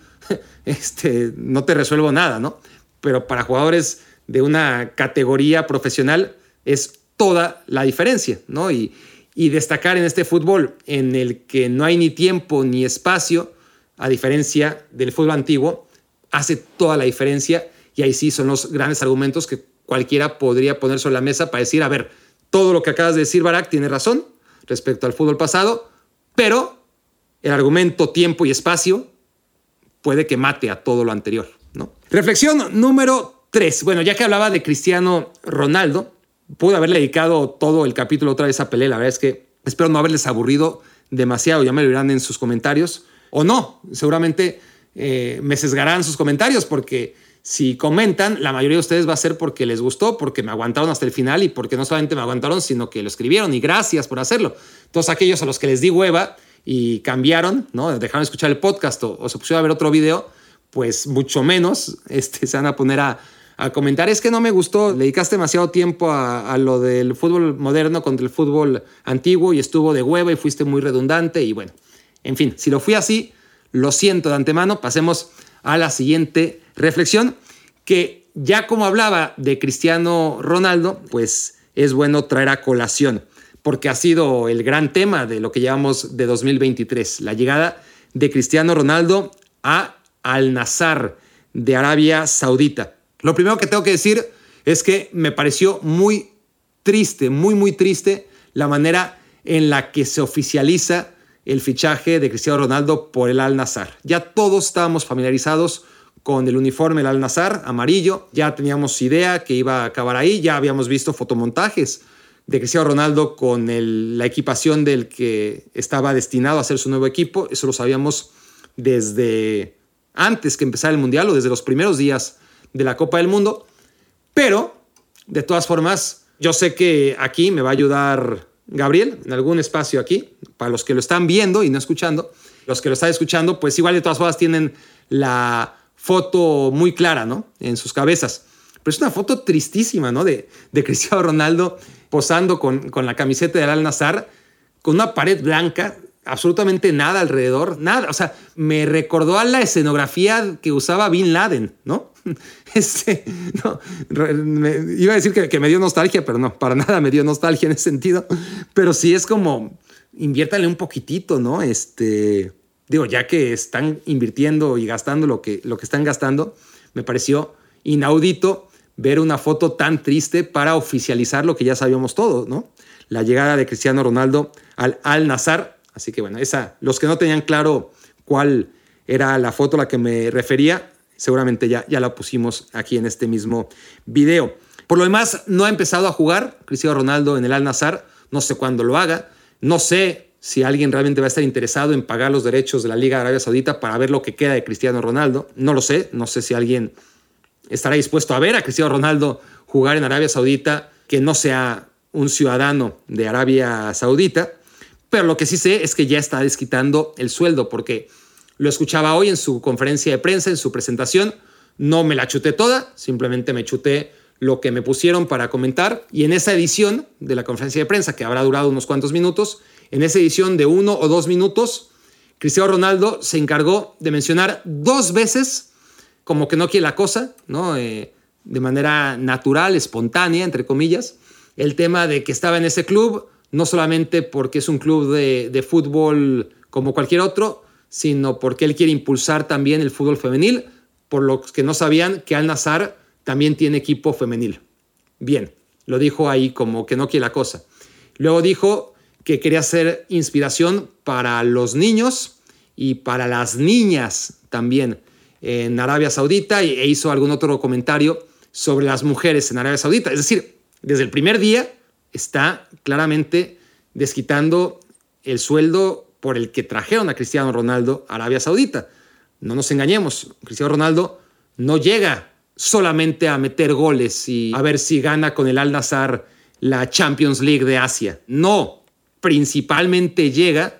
no te resuelvo nada, ¿no? Pero para jugadores de una categoría profesional es toda la diferencia, ¿no? Y destacar en este fútbol en el que no hay ni tiempo ni espacio, a diferencia del fútbol antiguo, hace toda la diferencia y ahí sí son los grandes argumentos que cualquiera podría poner sobre la mesa para decir, a ver, todo lo que acabas de decir, Barak, tiene razón respecto al fútbol pasado, pero el argumento tiempo y espacio puede que mate a todo lo anterior, ¿no? Reflexión número 3. Bueno, ya que hablaba de Cristiano Ronaldo, pude haberle dedicado todo el capítulo otra vez a Pelé. La verdad es que espero no haberles aburrido demasiado. Ya me lo dirán en sus comentarios. O no, seguramente me sesgarán sus comentarios porque si comentan, la mayoría de ustedes va a ser porque les gustó, porque me aguantaron hasta el final y porque no solamente me aguantaron, sino que lo escribieron y gracias por hacerlo. Todos aquellos a los que les di hueva y cambiaron, ¿no? Dejaron de escuchar el podcast o se pusieron a ver otro video, pues mucho menos se van a poner a comentar. Es que no me gustó, le dedicaste demasiado tiempo a lo del fútbol moderno contra el fútbol antiguo y estuvo de hueva y fuiste muy redundante y bueno, en fin, si lo fui así, lo siento de antemano. Pasemos a la siguiente reflexión, que ya como hablaba de Cristiano Ronaldo, pues es bueno traer a colación, porque ha sido el gran tema de lo que llevamos de 2023, la llegada de Cristiano Ronaldo a Al-Nassr de Arabia Saudita. Lo primero que tengo que decir es que me pareció muy triste, muy triste la manera en la que se oficializa el fichaje de Cristiano Ronaldo por el Al-Nassr. Ya todos estábamos familiarizados con el uniforme del Al-Nassr amarillo, ya teníamos idea que iba a acabar ahí, ya habíamos visto fotomontajes de Cristiano Ronaldo con la equipación del que estaba destinado a ser su nuevo equipo. Eso lo sabíamos desde antes que empezara el Mundial o desde los primeros días de la Copa del Mundo, pero de todas formas Yo sé que aquí me va a ayudar Gabriel en algún espacio aquí, para los que lo están viendo y no escuchando. Los que lo están escuchando, pues igual de todas formas tienen la foto muy clara, ¿no? En sus cabezas. Pero es una foto tristísima, ¿no? De Cristiano Ronaldo posando con la camiseta del Al-Nassr, con una pared blanca, absolutamente nada alrededor, nada. O sea, me recordó a la escenografía que usaba Bin Laden, ¿no? No, iba a decir que me dio nostalgia, pero no, para nada me dio nostalgia en ese sentido. Pero sí es como, inviértale un poquitito, ¿no? Digo, ya que están invirtiendo y gastando lo que están gastando, me pareció inaudito ver una foto tan triste para oficializar lo que ya sabíamos todos, ¿no? La llegada de Cristiano Ronaldo al Al-Nassr. Así que bueno, los que no tenían claro cuál era la foto a la que me refería, seguramente ya la pusimos aquí en este mismo video. Por lo demás, no ha empezado a jugar Cristiano Ronaldo en el Al-Nassr. No sé cuándo lo haga. No sé si alguien realmente va a estar interesado en pagar los derechos de la Liga de Arabia Saudita para ver lo que queda de Cristiano Ronaldo. No lo sé. No sé si alguien estará dispuesto a ver a Cristiano Ronaldo jugar en Arabia Saudita que no sea un ciudadano de Arabia Saudita. Pero lo que sí sé es que ya está desquitando el sueldo, porque lo escuchaba hoy en su conferencia de prensa, en su presentación. No me la chuté toda, simplemente me chuté lo que me pusieron para comentar. Y en esa edición de la conferencia de prensa, que habrá durado unos cuantos minutos, en esa edición de 1 o 2 minutos, Cristiano Ronaldo se encargó de mencionar 2 veces, como que no quiere la cosa, ¿no? De manera natural, espontánea, entre comillas, el tema de que estaba en ese club, no solamente porque es un club de fútbol como cualquier otro, sino porque él quiere impulsar también el fútbol femenil, por los que no sabían que Al-Nassr también tiene equipo femenil. Bien, lo dijo ahí como que no quiere la cosa. Luego dijo que quería ser inspiración para los niños y para las niñas también en Arabia Saudita, e hizo algún otro comentario sobre las mujeres en Arabia Saudita. Es decir, desde el primer día está claramente desquitando el sueldo por el que trajeron a Cristiano Ronaldo a Arabia Saudita. No nos engañemos, Cristiano Ronaldo no llega solamente a meter goles y a ver si gana con el Al-Nassr la Champions League de Asia. No, principalmente llega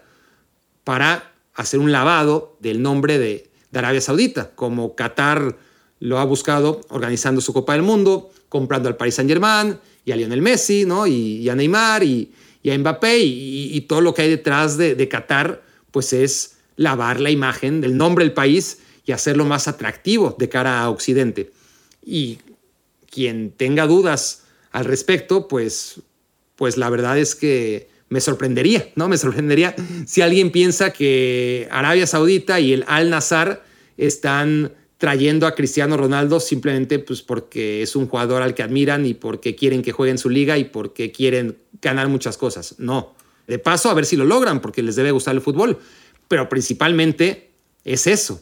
para hacer un lavado del nombre de Arabia Saudita, como Qatar lo ha buscado organizando su Copa del Mundo, comprando al Paris Saint-Germain y a Lionel Messi, ¿no? y a Neymar y a Mbappé y todo lo que hay detrás de Qatar, pues es lavar la imagen del nombre del país y hacerlo más atractivo de cara a Occidente. Y quien tenga dudas al respecto, pues la verdad es que me sorprendería, ¿no? Me sorprendería si alguien piensa que Arabia Saudita y el Al-Nassr están trayendo a Cristiano Ronaldo simplemente pues porque es un jugador al que admiran y porque quieren que juegue en su liga y porque quieren ganar muchas cosas. No. De paso, a ver si lo logran, porque les debe gustar el fútbol. Pero principalmente es eso.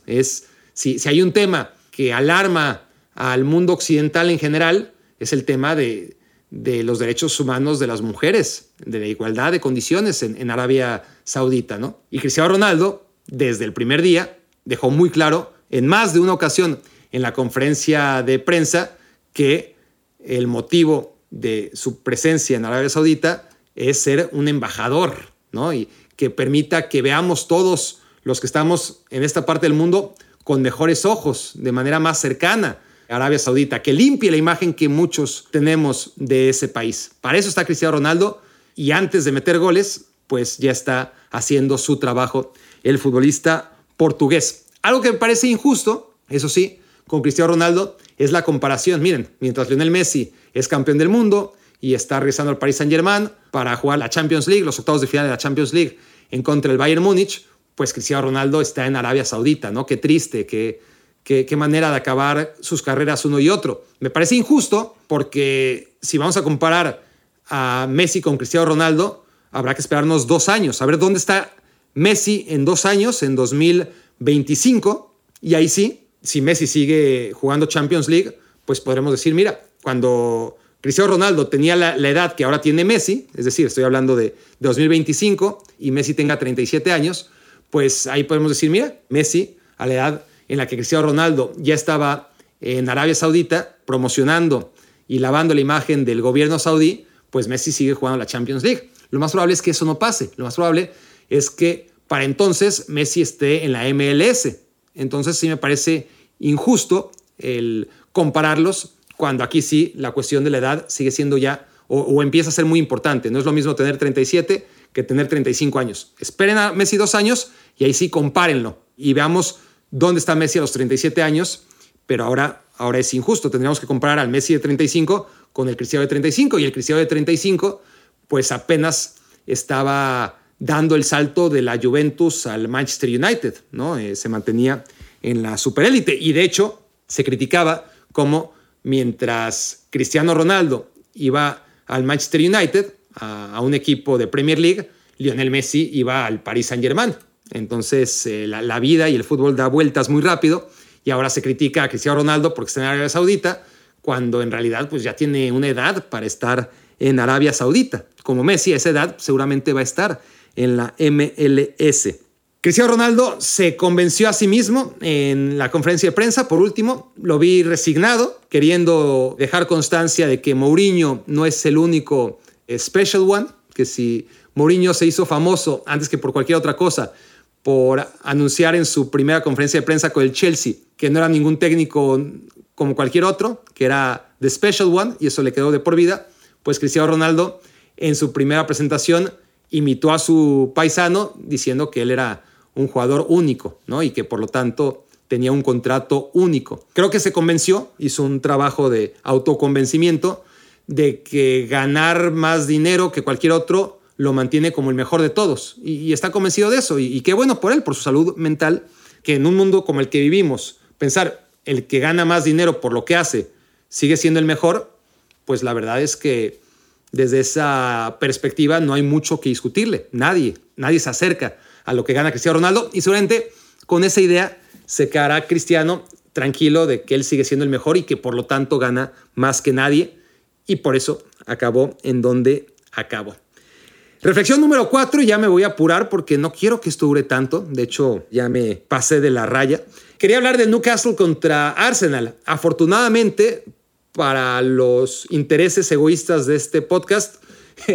Si hay un tema que alarma al mundo occidental en general, es el tema de los derechos humanos de las mujeres, de la igualdad de condiciones en Arabia Saudita, ¿no? Y Cristiano Ronaldo, desde el primer día, dejó muy claro en más de una ocasión en la conferencia de prensa que el motivo de su presencia en Arabia Saudita es ser un embajador, ¿no? Y que permita que veamos todos los que estamos en esta parte del mundo con mejores ojos, de manera más cercana a Arabia Saudita, que limpie la imagen que muchos tenemos de ese país. Para eso está Cristiano Ronaldo, y antes de meter goles, pues ya está haciendo su trabajo el futbolista portugués. Algo que me parece injusto, eso sí, con Cristiano Ronaldo es la comparación. Miren, mientras Lionel Messi es campeón del mundo y está regresando al Paris Saint-Germain para jugar la Champions League, los octavos de final de la Champions League en contra del Bayern Múnich, pues Cristiano Ronaldo está en Arabia Saudita, ¿no? Qué triste, qué manera de acabar sus carreras uno y otro. Me parece injusto porque si vamos a comparar a Messi con Cristiano Ronaldo, habrá que esperarnos 2 años, a ver dónde está Messi en 2 años, en 2025, y ahí sí, si Messi sigue jugando Champions League, pues podremos decir, mira, cuando Cristiano Ronaldo tenía la edad que ahora tiene Messi, es decir, estoy hablando de 2025, y Messi tenga 37 años, pues ahí podemos decir, mira, Messi a la edad en la que Cristiano Ronaldo ya estaba en Arabia Saudita promocionando y lavando la imagen del gobierno saudí, pues Messi sigue jugando la Champions League. Lo más probable es que eso no pase. Lo más probable es que para entonces Messi esté en la MLS. Entonces sí me parece injusto el compararlos cuando aquí sí la cuestión de la edad sigue siendo ya o empieza a ser muy importante. No es lo mismo tener 37 que tener 35 años. Esperen a Messi 2 años y ahí sí compárenlo y veamos dónde está Messi a los 37 años, pero ahora es injusto. Tendríamos que comparar al Messi de 35 con el Cristiano de 35 y el Cristiano de 35 pues apenas estaba dando el salto de la Juventus al Manchester United, ¿no? Se mantenía en la superélite y de hecho se criticaba cómo mientras Cristiano Ronaldo iba al Manchester United, a un equipo de Premier League, Lionel Messi iba al Paris Saint-Germain. Entonces la vida y el fútbol da vueltas muy rápido y ahora se critica a Cristiano Ronaldo porque está en Arabia Saudita cuando en realidad pues ya tiene una edad para estar en Arabia Saudita. Como Messi a esa edad seguramente va a estar en la MLS. Cristiano Ronaldo se convenció a sí mismo en la conferencia de prensa. Por último, lo vi resignado, queriendo dejar constancia de que Mourinho no es el único special one, que si Mourinho se hizo famoso antes que por cualquier otra cosa por anunciar en su primera conferencia de prensa con el Chelsea que no era ningún técnico como cualquier otro, que era the special one, y eso le quedó de por vida, pues Cristiano Ronaldo en su primera presentación imitó a su paisano diciendo que él era un jugador único, ¿no? Y que por lo tanto tenía un contrato único. Creo que se convenció, hizo un trabajo de autoconvencimiento de que ganar más dinero que cualquier otro lo mantiene como el mejor de todos. Y está convencido de eso. Y qué bueno por él, por su salud mental, que en un mundo como el que vivimos, pensar el que gana más dinero por lo que hace sigue siendo el mejor, pues la verdad es que desde esa perspectiva no hay mucho que discutirle. Nadie se acerca a lo que gana Cristiano Ronaldo y seguramente con esa idea se quedará Cristiano tranquilo de que él sigue siendo el mejor y que por lo tanto gana más que nadie y por eso acabó en donde acabó. Reflexión número 4, y ya me voy a apurar porque no quiero que esto dure tanto. De hecho, ya me pasé de la raya. Quería hablar de Newcastle contra Arsenal. Afortunadamente, para los intereses egoístas de este podcast,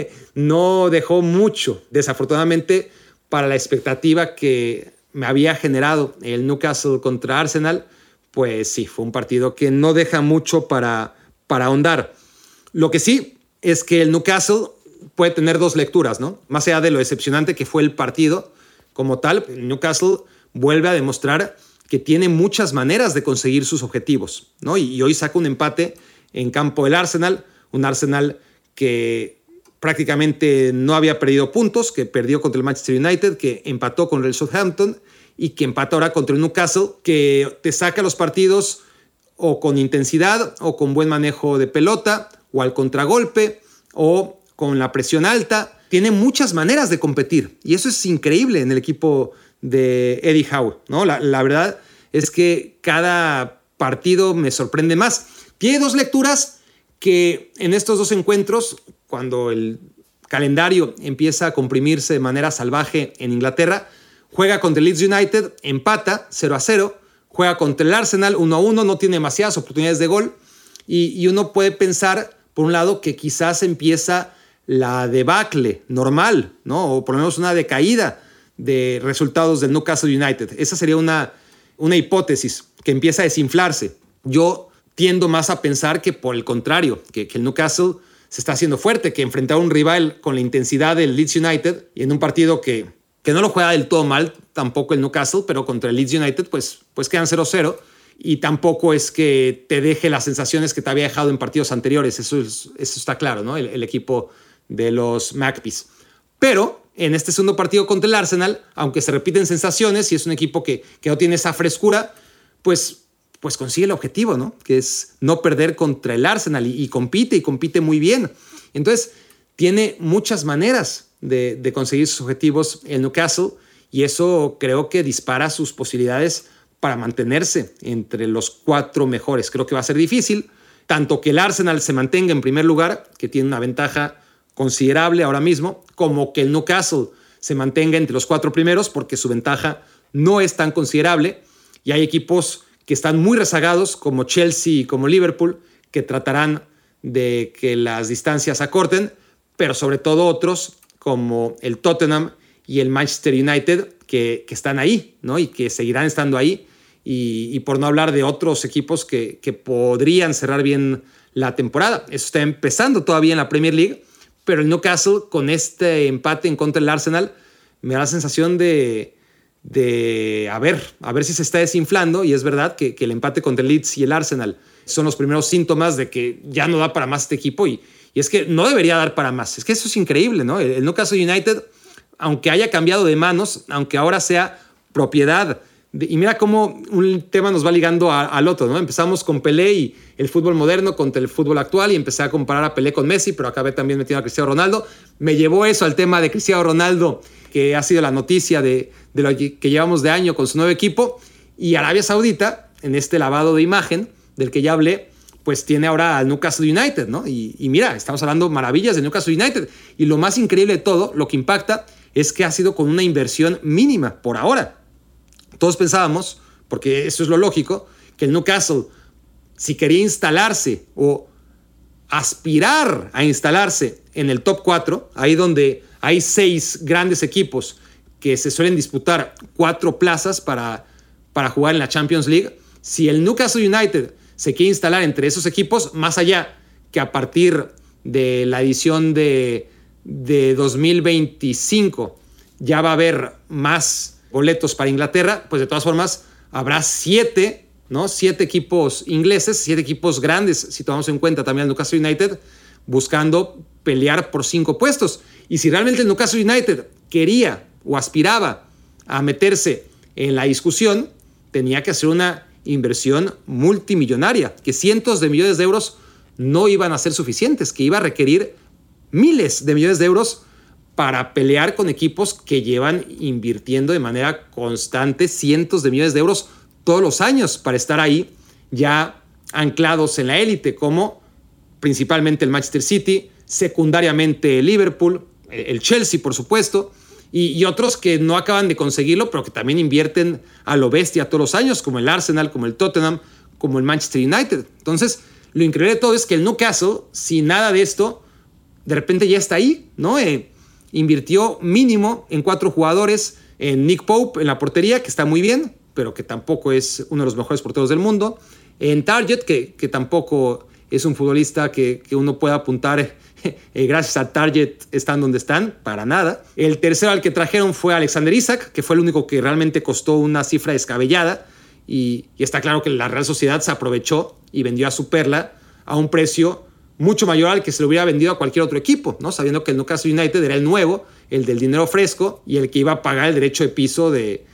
no dejó mucho. Desafortunadamente, para la expectativa que me había generado el Newcastle contra Arsenal, pues sí, fue un partido que no deja mucho para ahondar. Lo que sí es que el Newcastle puede tener dos lecturas, ¿no? Más allá de lo decepcionante que fue el partido como tal, el Newcastle vuelve a demostrar que tiene muchas maneras de conseguir sus objetivos, ¿no? Y hoy saca un empate en campo del Arsenal, un Arsenal que prácticamente no había perdido puntos, que perdió contra el Manchester United, que empató con el Southampton y que empata ahora contra el Newcastle, que te saca los partidos o con intensidad o con buen manejo de pelota o al contragolpe o con la presión alta. Tiene muchas maneras de competir y eso es increíble en el equipo de Eddie Howe, ¿no? La verdad es que cada partido me sorprende más. Tiene dos lecturas que en estos dos encuentros, cuando el calendario empieza a comprimirse de manera salvaje en Inglaterra, juega contra el Leeds United, empata 0-0, juega contra el Arsenal 1-1, no tiene demasiadas oportunidades de gol y uno puede pensar, por un lado, que quizás empieza la debacle normal, ¿no? O por lo menos una decaída de resultados del Newcastle United. Esa sería una hipótesis que empieza a desinflarse. Yo tiendo más a pensar que por el contrario, que el Newcastle se está haciendo fuerte, que enfrentar a un rival con la intensidad del Leeds United y en un partido que no lo juega del todo mal, tampoco el Newcastle, pero contra el Leeds United pues quedan 0-0 y tampoco es que te deje las sensaciones que te había dejado en partidos anteriores. Eso está claro, ¿no? El equipo de los Magpies. Pero en este segundo partido contra el Arsenal, aunque se repiten sensaciones y es un equipo que no tiene esa frescura, pues consigue el objetivo, ¿no? Que es no perder contra el Arsenal y compite muy bien. Entonces, tiene muchas maneras de conseguir sus objetivos el Newcastle y eso creo que dispara sus posibilidades para mantenerse entre los 4 mejores. Creo que va a ser difícil, tanto que el Arsenal se mantenga en primer lugar, que tiene una ventaja considerable ahora mismo, como que el Newcastle se mantenga entre los 4 primeros porque su ventaja no es tan considerable y hay equipos que están muy rezagados como Chelsea y como Liverpool que tratarán de que las distancias acorten, pero sobre todo otros como el Tottenham y el Manchester United que están ahí, ¿no? Y que seguirán estando ahí. Y por no hablar de otros equipos que podrían cerrar bien la temporada. Eso está empezando todavía en la Premier League, pero el Newcastle con este empate en contra del Arsenal me da la sensación de a ver si se está desinflando, y es verdad que el empate contra el Leeds y el Arsenal son los primeros síntomas de que ya no da para más este equipo, y es que no debería dar para más. Es que eso es increíble, ¿no? El Newcastle United, aunque haya cambiado de manos, aunque ahora sea propiedad, y mira cómo un tema nos va ligando al otro, ¿no? Empezamos con Pelé y el fútbol moderno contra el fútbol actual, y empecé a comparar a Pelé con Messi, pero acabé también metiendo a Cristiano Ronaldo. Me llevó eso al tema de Cristiano Ronaldo, que ha sido la noticia de lo que llevamos de año con su nuevo equipo, y Arabia Saudita, en este lavado de imagen del que ya hablé, pues tiene ahora al Newcastle United, ¿no? Y mira, estamos hablando maravillas de Newcastle United, y lo más increíble de todo, lo que impacta, es que ha sido con una inversión mínima por ahora. Todos pensábamos, porque eso es lo lógico, que el Newcastle, si quería instalarse o aspirar a instalarse en el top 4, ahí donde hay 6 grandes equipos que se suelen disputar 4 plazas para jugar en la Champions League, si el Newcastle United se quiere instalar entre esos equipos, más allá que a partir de la edición de 2025 ya va a haber más boletos para Inglaterra, pues de todas formas habrá 7 equipos ingleses, 7 equipos grandes, si tomamos en cuenta también el Newcastle United, buscando pelear por 5 puestos. Y si realmente el Newcastle United quería o aspiraba a meterse en la discusión, tenía que hacer una inversión multimillonaria, que cientos de millones de euros no iban a ser suficientes, que iba a requerir miles de millones de euros para pelear con equipos que llevan invirtiendo de manera constante cientos de millones de euros todos los años para estar ahí ya anclados en la élite, como principalmente el Manchester City, secundariamente el Liverpool, el Chelsea, por supuesto, y otros que no acaban de conseguirlo, pero que también invierten a lo bestia todos los años, como el Arsenal, como el Tottenham, como el Manchester United. Entonces, lo increíble de todo es que el Newcastle, sin nada de esto, de repente ya está ahí, ¿no? Invirtió mínimo en 4 jugadores, en Nick Pope en la portería, que está muy bien, pero que tampoco es uno de los mejores porteros del mundo, en Targett, que tampoco es un futbolista que uno pueda apuntar gracias a Targett están donde están, para nada. El tercero al que trajeron fue Alexander Isak, que fue el único que realmente costó una cifra descabellada, y está claro que la Real Sociedad se aprovechó y vendió a su perla a un precio mucho mayor al que se le hubiera vendido a cualquier otro equipo, ¿no? Sabiendo que el Newcastle United era el nuevo, el del dinero fresco, y el que iba a pagar el derecho de piso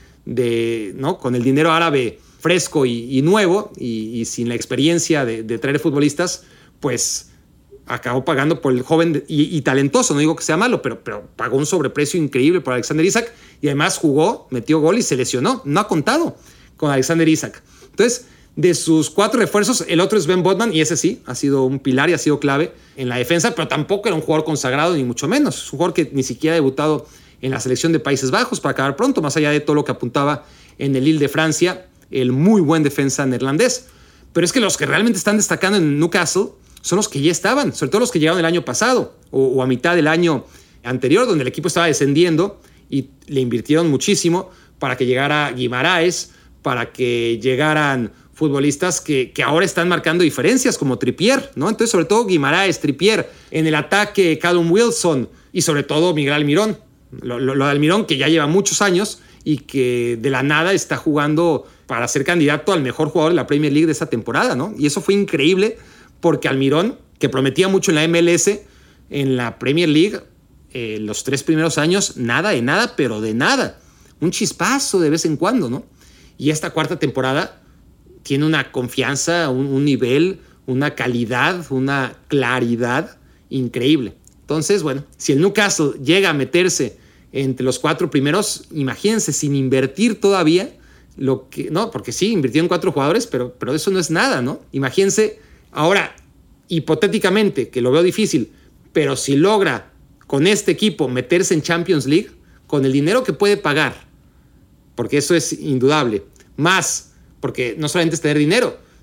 ¿no? Con el dinero árabe fresco y nuevo, y sin la experiencia de traer futbolistas, pues acabó pagando por el joven y talentoso. No digo que sea malo, pero pagó un sobreprecio increíble por Alexander Isak, y además jugó, metió gol y se lesionó. No ha contado con Alexander Isak. Entonces, de sus 4 refuerzos, el otro es Ben Botman, y ese sí, ha sido un pilar y ha sido clave en la defensa, pero tampoco era un jugador consagrado, ni mucho menos. Es un jugador que ni siquiera ha debutado en la selección de Países Bajos para acabar pronto, más allá de todo lo que apuntaba en el Lille de Francia, el muy buen defensa neerlandés. Pero es que los que realmente están destacando en Newcastle son los que ya estaban, sobre todo los que llegaron el año pasado o a mitad del año anterior, donde el equipo estaba descendiendo y le invirtieron muchísimo para que llegara Guimaraes, para que llegaran futbolistas que ahora están marcando diferencias, como Trippier, ¿no? Entonces, sobre todo Guimaraes, Trippier, en el ataque Callum Wilson y sobre todo Miguel Almirón. Lo de Almirón, que ya lleva muchos años y que de la nada está jugando para ser candidato al mejor jugador de la Premier League de esta temporada, ¿no? Y eso fue increíble porque Almirón, que prometía mucho en la MLS, en la Premier League, los 3 primeros años, nada de nada, pero de nada. Un chispazo de vez en cuando, ¿no? Y esta 4ª temporada tiene una confianza, un nivel, una calidad, una claridad increíble. Entonces, bueno, si el Newcastle llega a meterse entre los 4 primeros, imagínense, sin invertir todavía, no, porque sí, invirtieron 4 jugadores, pero eso no es nada, ¿no? Imagínense, ahora, hipotéticamente, que lo veo difícil, pero si logra con este equipo meterse en Champions League, con el dinero que puede pagar, porque eso es indudable, más, porque no solamente es tener dinero,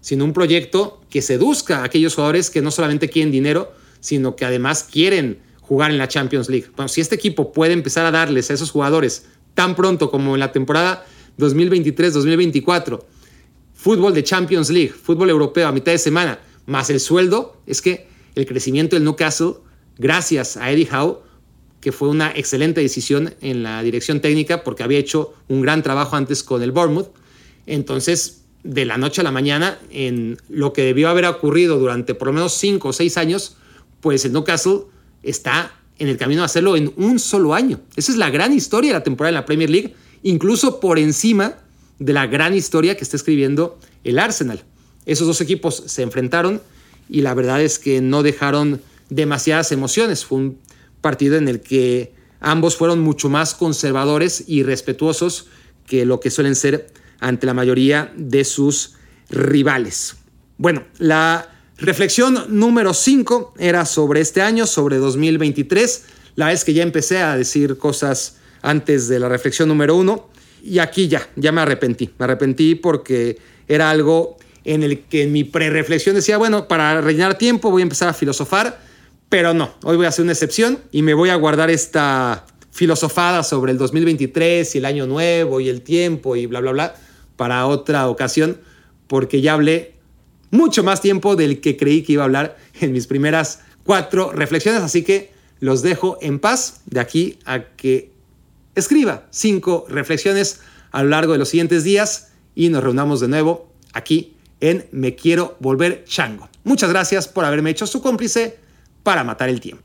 sino un proyecto que seduzca a aquellos jugadores que no solamente quieren dinero, sino que además quieren jugar en la Champions League. Bueno, si este equipo puede empezar a darles a esos jugadores tan pronto como en la temporada 2023-2024, fútbol de Champions League, fútbol europeo a mitad de semana, más el sueldo, es que el crecimiento del Newcastle, gracias a Eddie Howe, que fue una excelente decisión en la dirección técnica porque había hecho un gran trabajo antes con el Bournemouth. Entonces, de la noche a la mañana, en lo que debió haber ocurrido durante por lo menos 5 o 6 años, pues el Newcastle está en el camino de hacerlo en un solo año. Esa es la gran historia de la temporada en la Premier League, incluso por encima de la gran historia que está escribiendo el Arsenal. Esos dos equipos se enfrentaron y la verdad es que no dejaron demasiadas emociones. Fue un partido en el que ambos fueron mucho más conservadores y respetuosos que lo que suelen ser ante la mayoría de sus rivales. Bueno, la reflexión número 5 era sobre este año, sobre 2023. La vez que ya empecé a decir cosas antes de la reflexión número 1 y aquí ya me arrepentí. Me arrepentí porque era algo en el que en mi prereflexión decía, bueno, para rellenar tiempo voy a empezar a filosofar, pero no, hoy voy a hacer una excepción y me voy a guardar esta filosofada sobre el 2023 y el año nuevo y el tiempo y bla, bla, bla para otra ocasión, porque ya hablé mucho más tiempo del que creí que iba a hablar en mis primeras 4 reflexiones, así que los dejo en paz de aquí a que escriba 5 reflexiones a lo largo de los siguientes días y nos reunamos de nuevo aquí en Me Quiero Volver Chango. Muchas gracias por haberme hecho su cómplice para matar el tiempo.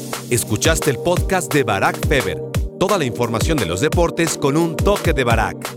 Escuchaste el podcast de Barack Feber. Toda la información de los deportes con un toque de Barack.